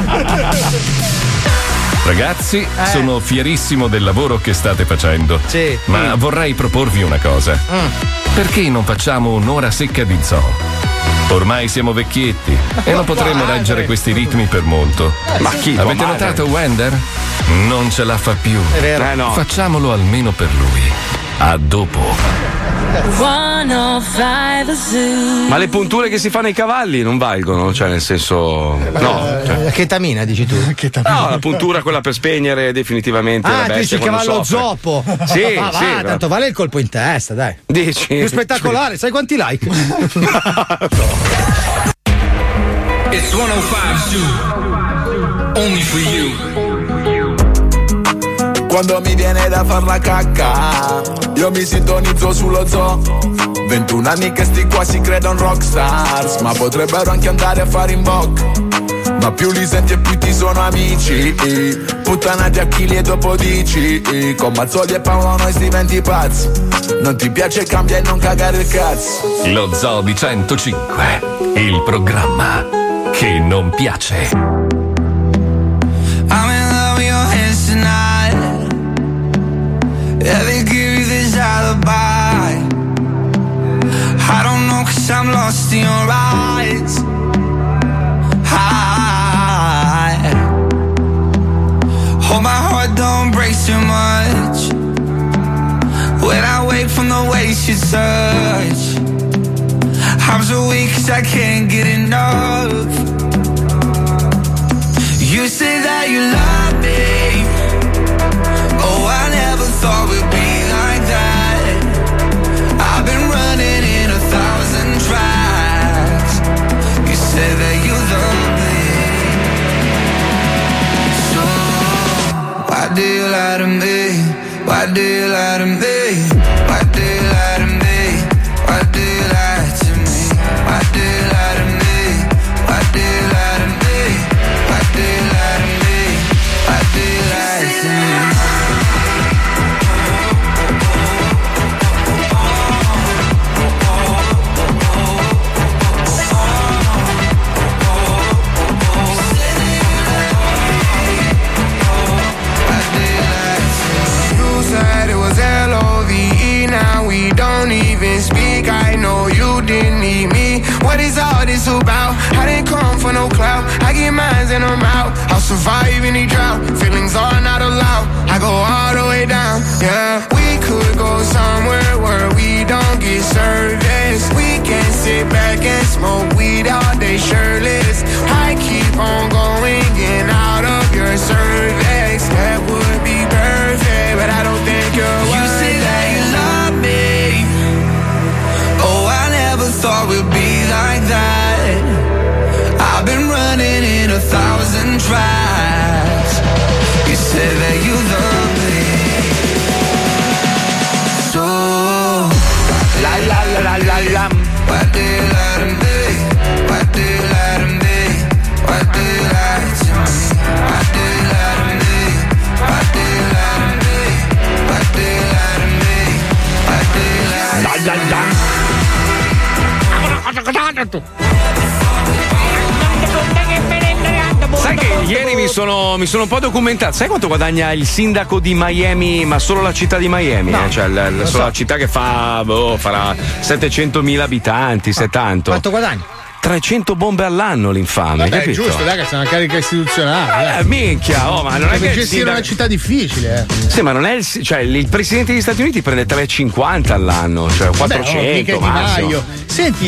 Ragazzi, Eh. sono fierissimo del lavoro che state facendo. Sì. Ma Mm. vorrei proporvi una cosa. Perché non facciamo un'ora secca di zoo? Ormai siamo vecchietti e non potremo reggere questi ritmi per molto. Ma chi, tua Avete madre? notato Wender? Non ce la fa più. È vero. Eh, no. Facciamolo almeno per lui. A dopo. Ma le punture che si fanno ai cavalli non valgono? Cioè, nel senso. No. Eh, Cioè, La chetamina, dici tu? no, la puntura quella per spegnere definitivamente la Ah, tu dici bestia il quando cavallo soffre. zoppo. Sì, Ma sì. va, tanto vale il colpo in testa, dai. Dici? Più spettacolare, sai quanti like? It's centocinque Zoo, only for you. Quando mi viene da far la cacca, io mi sintonizzo sullo zoo. ventuno anni che sti qua si credono rockstars, ma potrebbero anche andare a fare in bocca. Ma più li senti e più ti sono amici, puttanati a chili e dopo dici, con Mazzoli e Paolo noi si diventi pazzi. Non ti piace cambia e non cagare il cazzo. Lo Zoo di centocinque, il programma che non piace. I'm in love with your hands tonight. Yeah, they give you this alibi. I don't know cause I'm lost in your eyes. I hope my heart don't break too much when I wake from the ways you touch. I'm so weak cause I can't get enough. You say that you love me. Oh, I never thought we'd be like that. I've been running in a thousand tracks. You say that you love me. So why do you lie to me? Why do you lie to me? Why do you lie to me? Why do you lie to me? Why do you lie to me? Why do you lie to me? Why do you lie to me? Why do you lie to me? You said it was L O V E, now we don't even speak. I know you didn't need me. What is all this about? I didn't come for no clout. I get mines and I'm out. I'll survive any drought. Feelings are not allowed. I go all the way down. Yeah, we could go somewhere where we don't get service. We can sit back and smoke weed all day shirtless. I keep on going in out of your cervix. That would be perfect, but I don't think you're You worth say that you love me. Oh, I never thought we'd be like that. I've been running fregato. Sai che ieri mi sono, mi sono un po' documentato. Sai quanto guadagna il sindaco di Miami, ma solo la città di Miami? No, eh? Cioè, la, la, solo la città che fa, boh, farà settecentomila abitanti, se tanto. Quanto guadagni? trecento bombe all'anno l'infame. Vabbè, è capito? giusto, dai, che c'è una carica istituzionale. Eh, minchia, oh, ma non è Deve che gestire una città difficile, eh. Sì, ma non è il, cioè, il presidente degli Stati Uniti prende tre virgola cinquanta all'anno, cioè quattrocento. Beh, oh, mica Di Maio. Senti,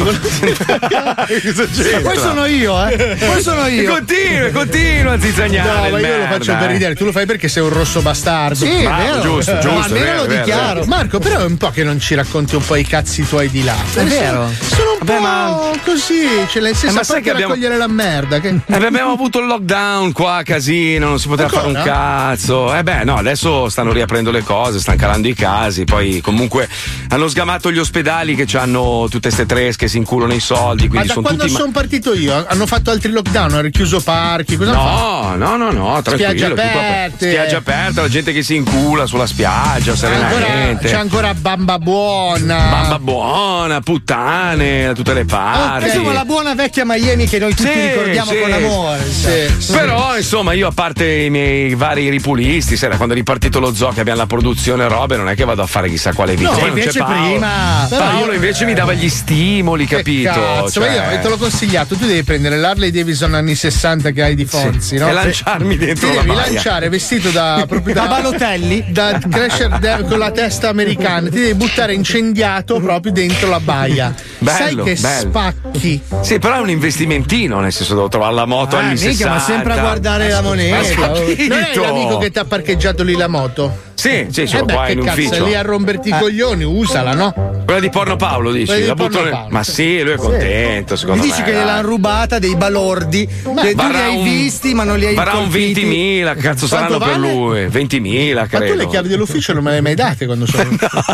poi sono io, eh. Poi sono io. Continua, continua a No, zizagnare. ma io merda, lo faccio per eh. ridere, tu lo fai perché sei un rosso bastardo. Sì, Bravo, è vero. giusto, giusto, Ma almeno vero, lo vero, dichiaro. vero. Marco, però è un po' che non ci racconti un po' i cazzi tuoi di là. È vero. Sono un Vabbè, po' ma- così, ce l'hai Eh, senza ma sai che abbiamo- raccogliere la merda. Che... Eh, beh, abbiamo avuto il lockdown qua, casino, non si poteva Ancora? fare un cazzo. Eh beh, no, adesso stanno riaprendo le cose, stanno calando i casi, poi comunque hanno sgamato gli ospedali che hanno tutte ste tresche, si inculano i soldi, Ma quindi da sono quando tutti ma- sono partito io hanno fatto altri lockdown, hanno richiuso parchi, cosa hanno fatto? No, no, no, no, tranquillo. Spiagge tutto aperto. aperte. Spiagge aperte, la gente che si incula sulla spiaggia, C'è ancora, serenamente. c'è ancora Bamba Buona. Bamba buona, puttane da tutte le parti. Insomma, la buona vecchia Miami che noi tutti Sì, ricordiamo sì. con amore. Sì. Però insomma io a parte i miei vari ripulisti, sai, da quando è ripartito lo zoo che abbiamo la produzione e robe, non è che vado a fare chissà quale video. No, Poi non invece c'è Paolo. prima. Però Paolo io- invece mi dava gli stimoli, Che capito? cazzo, Cioè- ma io te l'ho consigliato, tu devi prendere l'Harley Davidson anni sessanta che hai di Fonzi, no? E lanciarmi dentro Ti la devi baia. lanciare vestito da proprio da, Da Balotelli? da Crasher de- con la testa americana, ti devi buttare incendiato proprio dentro la baia. Bello, Sai che bello. spacchi. Sì, però è un investimentino, nel senso devo trovare la moto Ah, anni minchia, sessanta. ma sempre a guardare la moneta. Hai capito? Non è l'amico che ti ha parcheggiato lì la moto? Sì, sì, ce Eh l'ho beh, qua che in cazzo, ufficio. è lì a romperti i coglioni, usala, no? Quella di Porno Paolo, dici? Quella di La Porno butto nel- Paolo. Ma sì, lui è contento, Mi secondo dici me. che dai. gliel'hanno rubata dei balordi, che tu li Varrà hai un- visti ma non li hai Varrà un colpiti. ventimila, cazzo saranno Quanto per vale? lui? ventimila, Ma credo. tu le chiavi dell'ufficio non me le hai mai date quando sono.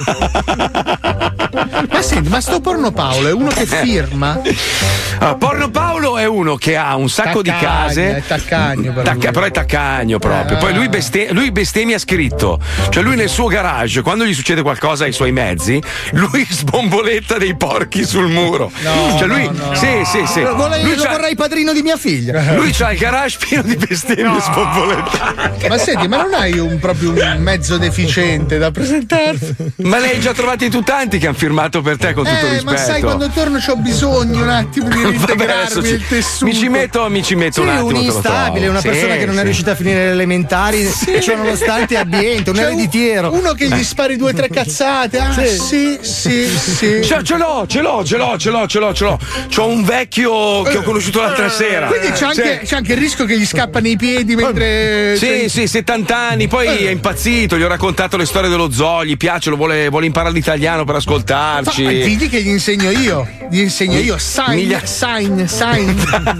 Ma senti, ma sto Porno Paolo è uno che firma. Allora, Porno Paolo è uno che ha un sacco Taccagno, di case. è taccagno, però. Tacca- però è taccagno proprio. Eh. Poi lui, beste- lui bestemmia scritto. Cioè, lui nel suo garage, quando gli succede qualcosa ai suoi mezzi, lui sbomboletta dei porchi sul muro. No, cioè, lui. no, no. Sì, sì, sì. Lo vorrei, Lui lo c'ha- vorrei padrino di mia figlia. Lui c'ha il garage pieno di bestemmie sbombolettate. Ma senti, ma non hai un proprio un mezzo deficiente da presentare? Ma ne hai già trovati tu tanti che hanno firmato per te con tutto Eh, rispetto. ma sai, quando torno c'ho bisogno un attimo di Vabbè, reintegrarmi adesso ci- nel tessuto. mi ci metto, mi ci metto Sì, un attimo. un te lo instabile, trovo. una Sì, persona che non è sì. riuscita a finire le elementari, e c'è nonostante ambiente, un C'è ereditiero. Uno che gli spari due o tre cazzate. Ah, sì, sì, sì. Ce, ce l'ho, ce l'ho, ce l'ho, ce l'ho, ce l'ho, ce l'ho. C'ho un vecchio che ho conosciuto l'altra sera. Quindi c'è anche, Sì. c'è anche il rischio che gli scappa nei piedi mentre. Sì, sì, settanta anni, poi è impazzito, gli ho raccontato le storie dello zoo, gli piace, lo vuole, vuole imparare l'italiano per Fa, ascoltarci. digli che gli insegno io. Gli insegno io. Sign, Miglia- sign, sign.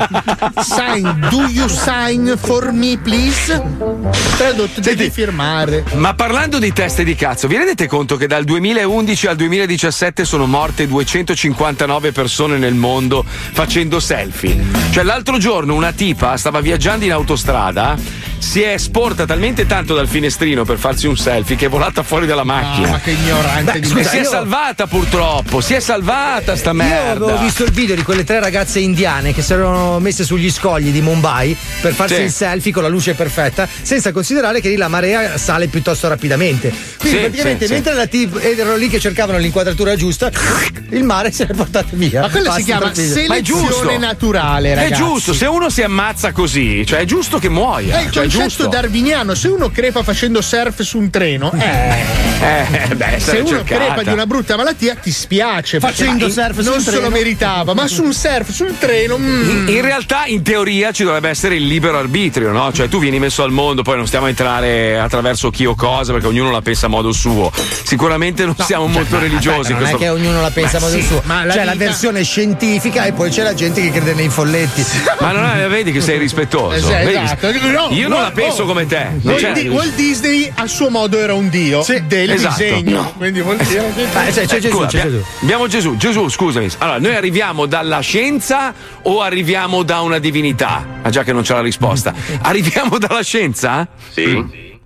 Sign. Do you sign for me, please? Tradotto, devi firmare. Ma parlando di teste di cazzo, vi rendete conto che dal duemilaundici al duemiladiciassette sono morte duecentocinquantanove persone nel mondo facendo selfie? Cioè l'altro giorno una tipa stava viaggiando in autostrada, si è sporta talmente tanto dal finestrino per farsi un selfie che è volata fuori dalla macchina. ma che ignorante di E me. si è io- salvata purtroppo, si è salvata sta Io merda. avevo visto il video di quelle tre ragazze indiane che si erano messe sugli scogli di Mumbai per farsi Sì. il selfie con la luce perfetta, senza considerare che lì la marea sale piuttosto rapidamente. Quindi Sì, praticamente sì, mentre la tip erano lì che cercavano l'inquadratura giusta, il mare se l'è portata via. Ma quella Basta, si chiama tranquillo. Ma è giusto. selezione naturale, È ragazzi. giusto, se uno si ammazza così, cioè è giusto che muoia. È il cioè, è concetto giusto. darwiniano. Se uno crepa facendo surf su un treno, eh, Eh, beh, se essere uno cercata. crepa di una brutta malattia, ti spiace. perché Facendo ma- surf su non un se treno. lo meritava, ma su un surf sul treno. mm. In, in realtà, in teoria, ci dovrebbe essere il libero arbitrio, no? Cioè, tu vieni messo al mondo, poi non stiamo a entrare attraverso chi o cosa, perché ognuno la pensa a modo suo. Sicuramente non siamo molto religiosi. in Non è questo- che ognuno la pensa a Ma modo sì, suo. ma la c'è la vita- versione scientifica e poi c'è la gente che crede nei folletti. Ma non è, vedi che sei rispettoso. Esatto, Vedi? esatto. No, Io non no, la penso oh. come te. Non Walt, c'è- Di- Walt Disney a suo modo era un dio del esatto. disegno. No. Quindi vuol dire che. Ah, c'è, c'è Eh, Gesù, scusa, c'è abbia- Gesù. Abbiamo Gesù. Gesù, scusami. Allora, noi arriviamo dalla scienza o arriviamo da una divinità? Ah, già che non c'è la risposta. Arriviamo dalla scienza? Sì.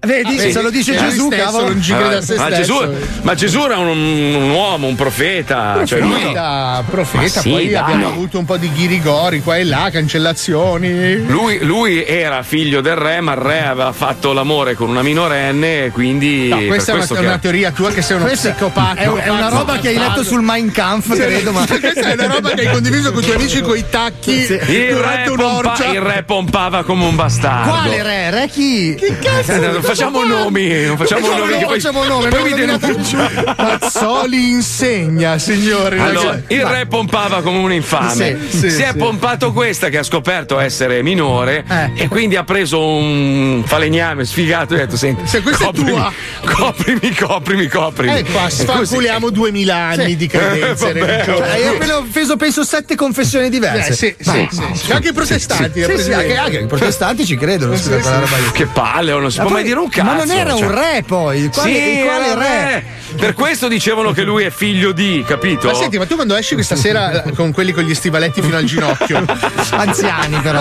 Vedi, Sì. se lo dice Eh, Gesù, stesso, cavolo. non ci crede a se ma, stesso. Gesù, ma Gesù era un, un uomo, un profeta. Cioè lui, Profeta, profeta, Ma sì, poi dai. abbiamo avuto un po' di ghirigori qua e là, cancellazioni. lui, lui era figlio del re, ma il re aveva fatto l'amore con una minorenne e quindi. No, per questa è una, questo è che- una teoria tua che sei uno Questa psicopatico. È, è una roba che hai letto sul Mein Kampf, Sì, credo, ma. questa è una roba che hai condiviso con i tuoi amici coi tacchi Il re, durante pompa- un'orgia. il re pompava come un bastardo. Quale re? Re chi? Che cazzo? Eh, non facciamo nomi, non facciamo No, nomi. no, che poi, facciamo nomi, poi non mi nominate- denunciano. Mazzoli insegna, signori. Allora, il re pompava come un infame. Sì, sì, si è sì. pompato questa che ha scoperto essere minore e quindi ha preso un falegname sfigato e ha detto: Senti, Se questa è coprimi, tua. coprimi, coprimi, coprimi. E qua E così- sfanculiamo duemila anni Sì. di credenze Eh, vabbè, religiose. Cioè, hai appena offeso, penso, sette confessioni diverse. Eh, sì, sì, sì, sì. Anche i protestanti. Sì, la sì, sì, anche, anche i protestanti ci credono. Sì, scusa, sì, quella roba lì. Che palle, oh, non si Ma può poi- mai dire un cazzo. Ma non era un cioè. re, poi. Quale, Sì, quale era re? Per questo dicevano che lui è figlio di, capito? Ma senti, ma tu quando esci questa sera con quelli con gli stivaletti fino al ginocchio, Anziani, però.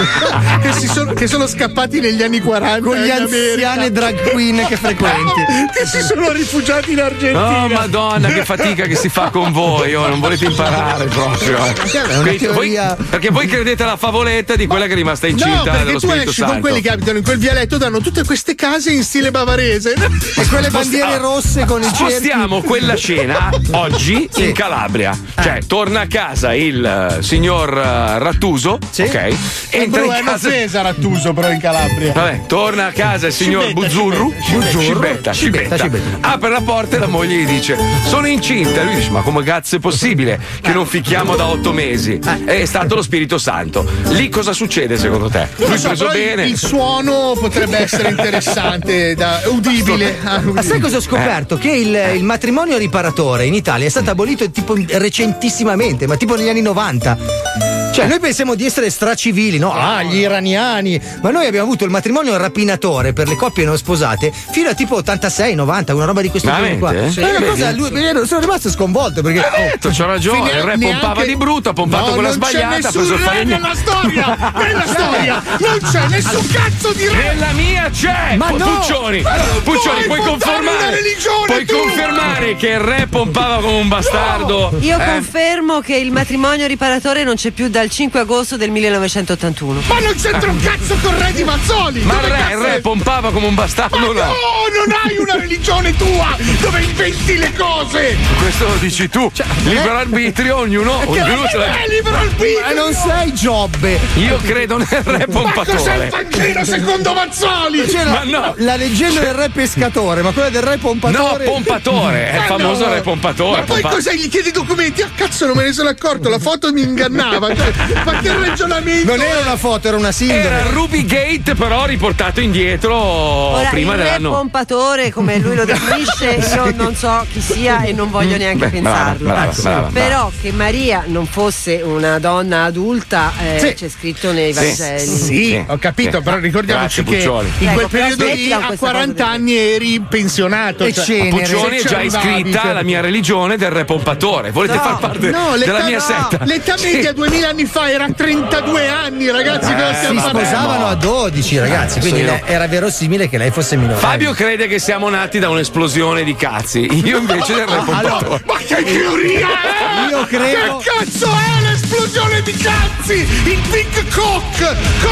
che, si sono, che sono scappati negli anni quaranta Con gli in anziane America, drag queen che frequenti. che si sono rifugiati in Argentina. Oh madonna, che fatica che si fa con voi, oh, non volete imparare proprio. eh. è una Quindi teoria- voi- perché voi credete alla favoletta di quella che è rimasta No, incinta perché dello tu Spirito esci Santo. con quelli che abitano in quel vialetto, danno tutte queste case in stile bavarese. E quelle bandiere rosse con i cerchi. Spostiamo quella scena oggi Sì. in Calabria. Cioè, torna a casa il eh, signor eh, Rattuso, ok? Entra in è casa. offesa Rattuso però in Calabria. Vabbè, torna a casa il signor Scibetta, Buzzurru. scibetta, Scibetta, scibetta, scibetta. Apre la porta e la moglie gli dice: Sono incinta. E lui dice: Ma come cazzo è possibile che non ficchiamo da otto mesi? È stato lo Spirito Santo. Lì cosa succede secondo te? Non lo Lui so, preso però il- bene. il suono potrebbe essere interessante, da, udibile. Ah, Ma sai cosa ho Eh. scoperto? Che il, il matrimonio riparatore in Italia è stato abolito tipo recentissimamente, ma tipo negli anni novanta. Cioè, noi pensiamo di essere stracivili, no? Ah, gli iraniani. Ma noi abbiamo avuto il matrimonio rapinatore per le coppie non sposate fino a tipo ottantasei novanta, una roba di questo genere qua. Veramente? È una Sì, cosa, vedi? lui, io sono rimasto sconvolto perché. Ha detto, c'ho ragione, il re Neanche- pompava di brutto, ha pompato No, quella non sbagliata, c'è ha preso nessun il re falegname. nella storia, nella storia non c'è nessun cazzo di re. Nella mia c'è! Ma Pu- no! Puccioni! Ma non Puccioni, puoi puoi fondare confermare? una religione, Puoi tu! confermare che il re pompava come un bastardo? Io Eh? confermo che il matrimonio riparatore non c'è più dal cinque agosto del millenovecentottantuno. Ma non c'entra un cazzo con re di Mazzoli. Ma il Dove re, cazzo il re è? pompava come un bastardo, Ma no? no, non hai una religione tua dove inventi le cose. Questo lo dici tu. Libero arbitrio, ognuno, Che ognuno non se la- è libero arbitrio. Ma non sei Giobbe. Io credo nel re Ma cos'è pompatore. il Vangelo secondo Mazzoli? C'è Ma la, no. la leggenda del re pescatore, ma quella del re No, pompatore. pompatore, è il Ma famoso no. re pompatore. Ma poi pompa- cos'è? Gli chiedi i documenti? Ah cazzo, non me ne sono accorto, la foto mi ingannava. Cioè, ma che ragionamento? Non era una foto, era una sindrome. Era Ruby Gate, però riportato indietro Ora, prima il re dell'anno. pompatore, come lui lo definisce, io non so chi sia e non voglio neanche Beh, brava, pensarlo. brava, Ecco. brava, brava. Però che Maria non fosse una donna adulta, eh, Sì. c'è scritto nei Sì. Vangeli. Sì, Sì. ho capito, Sì. però ricordiamoci Grazie, che Puccioli. in quel Ecco, però periodo lì smettila con a questa quaranta cosa anni eri pensionato. E cioè, cenere. Puccioni è se ci già arrivavi, iscritta cioè- alla mia religione del re pompatore. Volete No, far parte No, della l'età, mia no, setta? l'età media duemila anni fa era trentadue anni, ragazzi. cosa Eh, stiamo Si vabbè, parlando? sposavano a dodici, ragazzi, quindi sì, no. le- era verosimile che lei fosse minore. Fabio crede che siamo nati da un'esplosione di cazzi. Io invece del re pompatore. Ma che teoria è? Io credo- Che cazzo è l'esplosione di cazzi? Il Big Cock?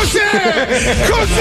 Cos'è?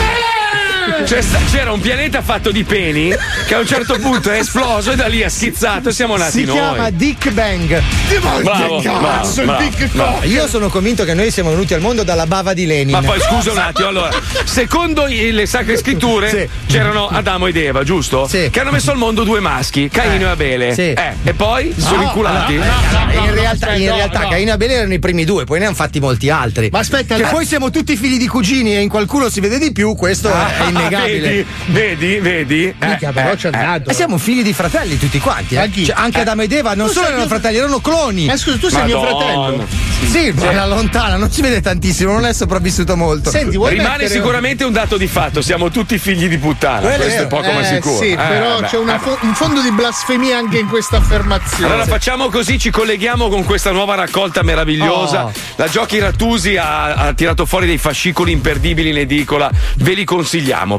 Cos'è? C'è sta- c'era un pianeta fatto di peni che a un certo punto è esploso e da lì ha schizzato e siamo nati Si noi. chiama Dick Bang. Ma Bravo, che cazzo, bravo, il Big bravo. Cock? Io sono convinto che noi siamo venuti al mondo dalla bava di Lenin. Ma poi scusa un attimo, allora, secondo i- le sacre scritture Sì. c'erano Adamo ed Eva, giusto? Sì. Che hanno messo al mondo due maschi, Caino e Abele. Sì. Eh, e poi si sono inculati. in realtà, in no, realtà no. Caino e Abele erano i primi due, poi ne hanno fatti molti altri. Ma aspetta, che no. poi siamo tutti figli di cugini e in qualcuno si vede di più, questo è Ah, innegabile. Vedi, vedi, vedi. Eh, Minchia, però eh, c'è eh. andato. E siamo figli di fratelli tutti quanti, eh. Ma chi? Cioè, anche Eh. Adamo ed Eva non Tu solo sei erano mio- fratelli, erano cloni. Ma scusa, tu sei mio Madonna. fratello. Sì, ma alla lontana, non si vede tantissimo, non è sopravvissuto molto. Senti, vuoi Rimane mettere- sicuramente un dato di fatto, siamo tutti figli di puttana, Quello è questo è vero. poco ma Eh, sicuro. Sì, Eh, però vabbè. c'è una fo- un fondo di blasfemia anche in questa affermazione. Allora facciamo così, ci colleghiamo con questa nuova raccolta meravigliosa. Oh. La Giochi Rattusi ha, ha tirato fuori dei fascicoli imperdibili in edicola, ve li consigliamo.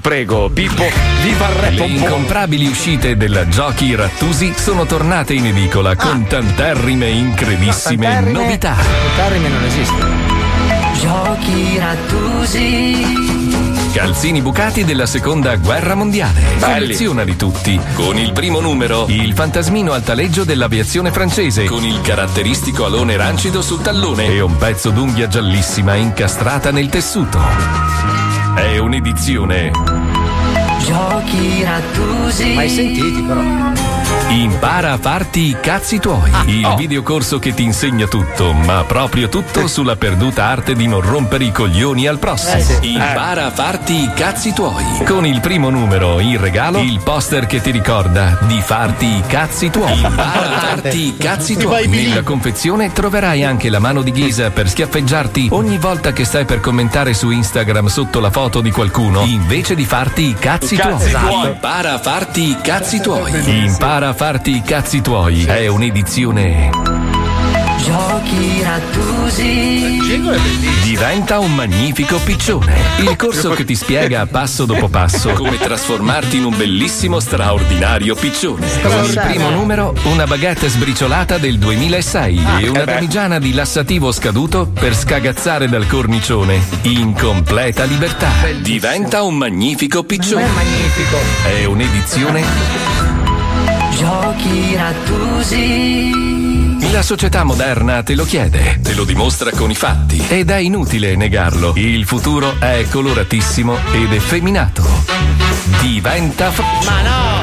prego. Pippo, viva il rap Le un po'. incomprabili uscite della Giochi Rattusi sono tornate in edicola con tanterrime incredissime Tanterrime- novità. Tanterrime non esiste. Giochi Rattusi. Calzini bucati della seconda guerra mondiale. Belli. Collezionali tutti. Con il primo numero, il fantasmino al taleggio dell'aviazione francese, con il caratteristico alone rancido sul tallone e un pezzo d'unghia giallissima incastrata nel tessuto. È un'edizione. Giochi Rattusi. Mai sentiti però. Impara a farti i cazzi tuoi. Il oh. videocorso che ti insegna tutto, ma proprio tutto sulla perduta arte di non rompere i coglioni al prossimo. Eh sì. Impara a farti i cazzi tuoi. Con il primo numero in regalo il poster che ti ricorda di farti i cazzi tuoi. Impara a farti i cazzi tuoi. Nella confezione troverai anche la mano di ghisa per schiaffeggiarti ogni volta che stai per commentare su Instagram sotto la foto di qualcuno, invece di farti i cazzi, I cazzi tuoi. tuoi. Impara a farti i cazzi tuoi. Impara a farti i cazzi tuoi. È un'edizione. Giochi Rattusi. Diventa un magnifico piccione. Il corso che ti spiega passo dopo passo come trasformarti in un bellissimo straordinario piccione. Con il primo numero una baguette sbriciolata del duemilasei e una damigiana di lassativo scaduto per scagazzare dal cornicione in completa libertà. Diventa un magnifico piccione. È magnifico. È un'edizione. Giochi Rattusi. La società moderna te lo chiede, te lo dimostra con i fatti ed è inutile negarlo. Il futuro è coloratissimo ed effeminato. Diventa fr- Ma no!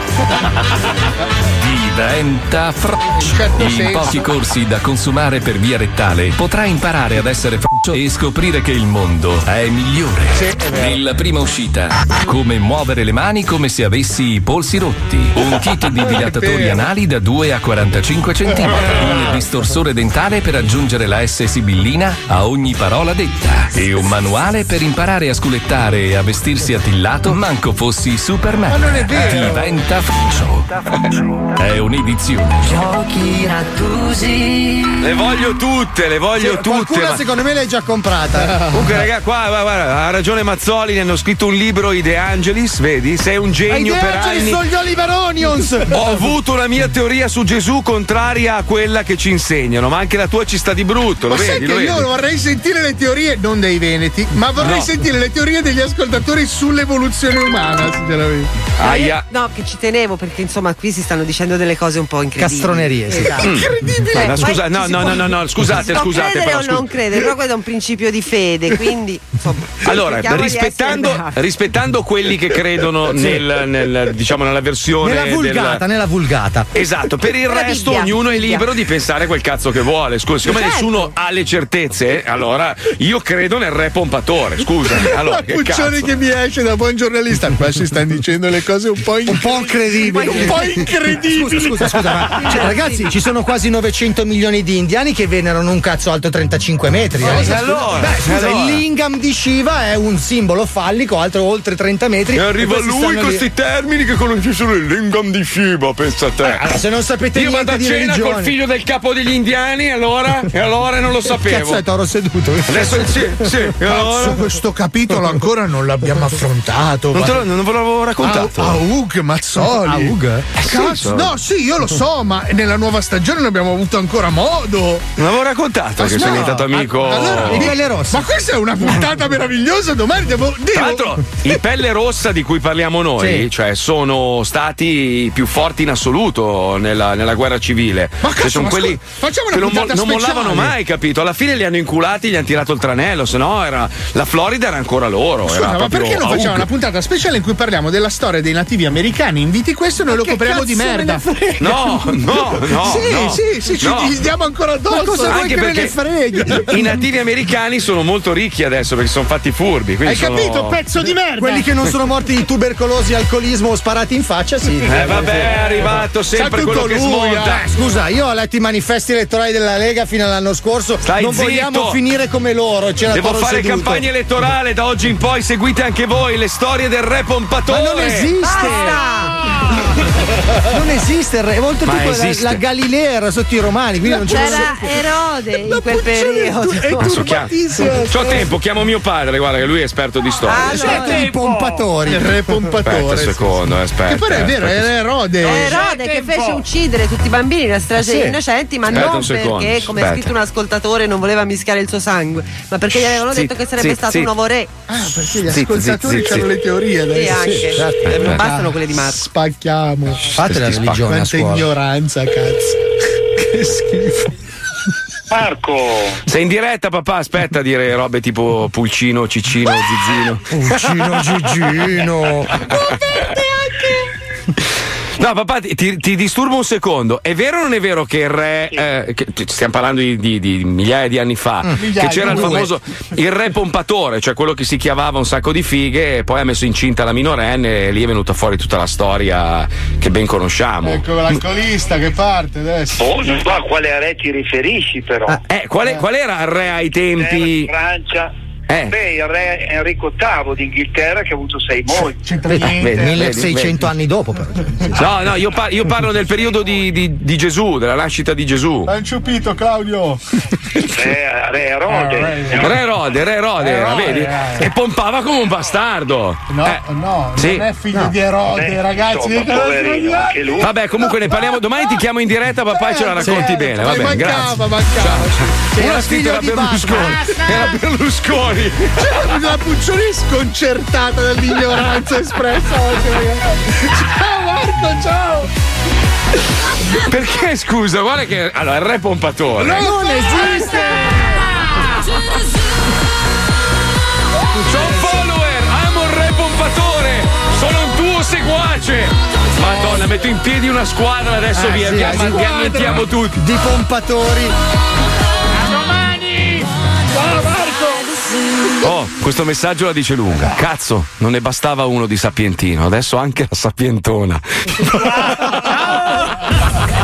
Diventa froccio. certo In senso. pochi corsi da consumare per via rettale potrai imparare ad essere froccio e scoprire che il mondo è migliore. Sì, è vero. Nella prima uscita, come muovere le mani come se avessi i polsi rotti. Un kit di dilatatori anali da due a quarantacinque centimetri. Un distorsore dentale per aggiungere la S sibillina a ogni parola detta. E un manuale per imparare a sculettare e a vestirsi attillato manco fossi Superman. Ma non è vero. Diventa froccio. È un'edizione. Giochi Rattusi. Le voglio tutte, le voglio Sì, tutte. qualcuna ma- secondo me l'hai già comprata. Comunque, raga, qua guarda, guarda, ha ragione Mazzoli, ne hanno scritto un libro, I De Angelis, vedi? Sei un genio Ai per De Angelis anni. sono gli Oliver Onions. Ho avuto una mia teoria su Gesù contraria a quella che ci insegnano, ma anche la tua ci sta di brutto, lo Ma sai vedi? che Lo io vedi? vorrei sentire le teorie, non dei veneti, ma vorrei No. sentire le teorie degli ascoltatori sull'evoluzione umana, sinceramente. Aia. No, che ci tenevo perché insomma qui si stanno dicendo delle cose un po' incredibili. Castronerie, sì. Esatto. Incredibile! No, no, Poi scusa, ci no, si no, può- no, no, no, scusate, No, scusate, credere però, o non scusa. credere, però questo è un principio di fede, quindi insomma. Allora, cerchiamo di rispettando, essere bravi. rispettando quelli che credono nel, nel, diciamo, nella versione Nella vulgata, del- nella vulgata. Esatto, per il Nella resto Bibbia, ognuno è Bibbia. libero di pensare quel cazzo che vuole. Scusa, siccome Certo. nessuno ha le certezze, allora io credo nel re pompatore. Scusami. Allora, La che Puccioni cazzo? che mi esce da buon giornalista. Qua si stanno dicendo le cose un po' Un po' incredibili. Un po' incredibili. Scusa, scusa, scusa, ma cioè, ragazzi, ci sono quasi novecento milioni di indiani che venerano un cazzo alto trentacinque metri. Ma eh. allora? Beh, scusa, Allora? il lingam di Shiva è un simbolo fallico alto oltre trenta metri. E arriva questi lui stanno con lì. questi termini che conosce solo il lingam di Shiva, pensa a te. Allora, se non sapete Io niente vado a di cena religione. col figlio del capo degli indiani, allora? E allora non lo sapevo. Cazzo è toro seduto? Adesso sì, sì. e Cazzo, allora? questo capitolo ancora non l'abbiamo affrontato. Non, te lo- non ve l'avevo raccontato. A, a Ug Mazzoli. A Ug? Cazzo, no, sì, io lo so, ma nella nuova stagione non abbiamo avuto ancora modo. Non avevo raccontato che No, sono diventato amico. allora, I pelle rosse. Ma questa è una puntata meravigliosa. Domani devo. devo... Tra l'altro, i pelle rossa di cui parliamo noi, Sì. cioè, sono stati i più forti in assoluto nella, nella guerra civile. Ma Cioè, cazzo, sono ma quelli scusa, facciamo una che non, puntata non speciale. mollavano mai, capito? Alla fine li hanno inculati, gli hanno tirato il tranello, se no era, la Florida era ancora loro. Scusa, era ma proprio perché non Aug. facciamo una puntata speciale in cui parliamo della storia dei nativi americani? Inviti questo e noi lo copriamo di merda. No, no, no. sì, no. sì, sì, ci No. gli diamo ancora addosso. Ma cosa vuoi Anche che me perché ne freghi? i nativi americani sono molto ricchi adesso perché sono fatti furbi. quindi Hai sono- capito, pezzo di merda? Quelli che non sono morti di tubercolosi, alcolismo o sparati in faccia, sì. Eh vabbè, è arrivato sempre Sa quello tutto che lui, smonta. eh. Scusa, io ho letto i manifesti elettorali della Lega fino all'anno scorso. Stai non zitto. vogliamo finire come loro. C'era Devo Toro fare seduto. campagna elettorale da oggi in poi, seguite anche voi le storie del re pompatore. Ma non esiste! Basta! Non esiste il re, oltretutto Ma la, esiste. la Galilea era sotto i romani, quindi non c'era. C'era Erode in quel periodo. Ma so chiamo- c'ho tempo, chiamo mio padre, guarda che lui è esperto di storia. Allora, I pompatori. Il re pompatore. Aspetta un secondo, aspetta. Che poi è vero, aspetta. era Erode. Erode che fece uccidere tutti i bambini, una strage Sì. innocenti, ma Aspetta non un secondo, perché, come ha aspetta. scritto un ascoltatore, non voleva mischiare il suo sangue, ma perché gli avevano Zitti, detto che sarebbe zitti, stato zitti. un nuovo re. Ah, perché gli Zitti, ascoltatori zitti, hanno zitti. le teorie adesso. Sì, anche. certo. Eh, non Eh, bastano quelle di Marco. Spacchiamo. Fate la religione a Quanta scuola. ignoranza, cazzo. Che schifo. Marco! Sei in diretta, papà? Aspetta a dire robe tipo pulcino, ciccino, zizzino. Pulcino, Gigino. No, papà, ti, ti- ti disturbo un secondo. È vero o non è vero che il re, eh, che- stiamo parlando di, di- di migliaia di anni fa, che Migliaia, c'era il due. famoso il re pompatore, cioè quello che si chiavava un sacco di fighe e poi ha messo incinta la minorenne e lì è venuta fuori tutta la storia che ben conosciamo. Ecco l'alcolista che parte adesso. Oh, non so a quale re ti riferisci però. Eh, qual, è- qual era il re ai tempi? Francia. Eh. Beh, il re Enrico ottavo d'Inghilterra che ha avuto sei mogli. Vedi, vedi, milleseicento anni dopo, però. No, no, io, par- io parlo del periodo di, di- di Gesù, della nascita di Gesù. L'ha inciupito, Claudio. Re, re Erode. Re Erode, Re Erode, era, Erode, vedi? eh. E pompava come un bastardo. No, Eh, no, sì. non è figlio No. di Erode, Eh, ragazzi. insomma, che cosa poverino, sbagliate? anche lui. Vabbè, comunque ne parliamo domani, ti chiamo in diretta, papà, e ce la racconti Certo, bene. ma Va bene, mancava, grazie. mancava. Uno Era ha scritto figlio era di Berlusconi. Basta. Era Berlusconi. La Puccioni sconcertata dall'ignoranza espressa oggi, ragazzi. Ciao Marco, ciao. Perché scusa, guarda che. Allora, il re pompatore. Non esiste. C'ho un follower, amo il re pompatore. Sono un tuo seguace. Madonna, metto in piedi una squadra adesso Eh, via, sì, via, eh, ma- vi squadra. annientiamo tutti. Di pompatori. Ciao Marco. Oh, questo messaggio la dice lunga. Cazzo, non ne bastava uno di sapientino, adesso anche la sapientona.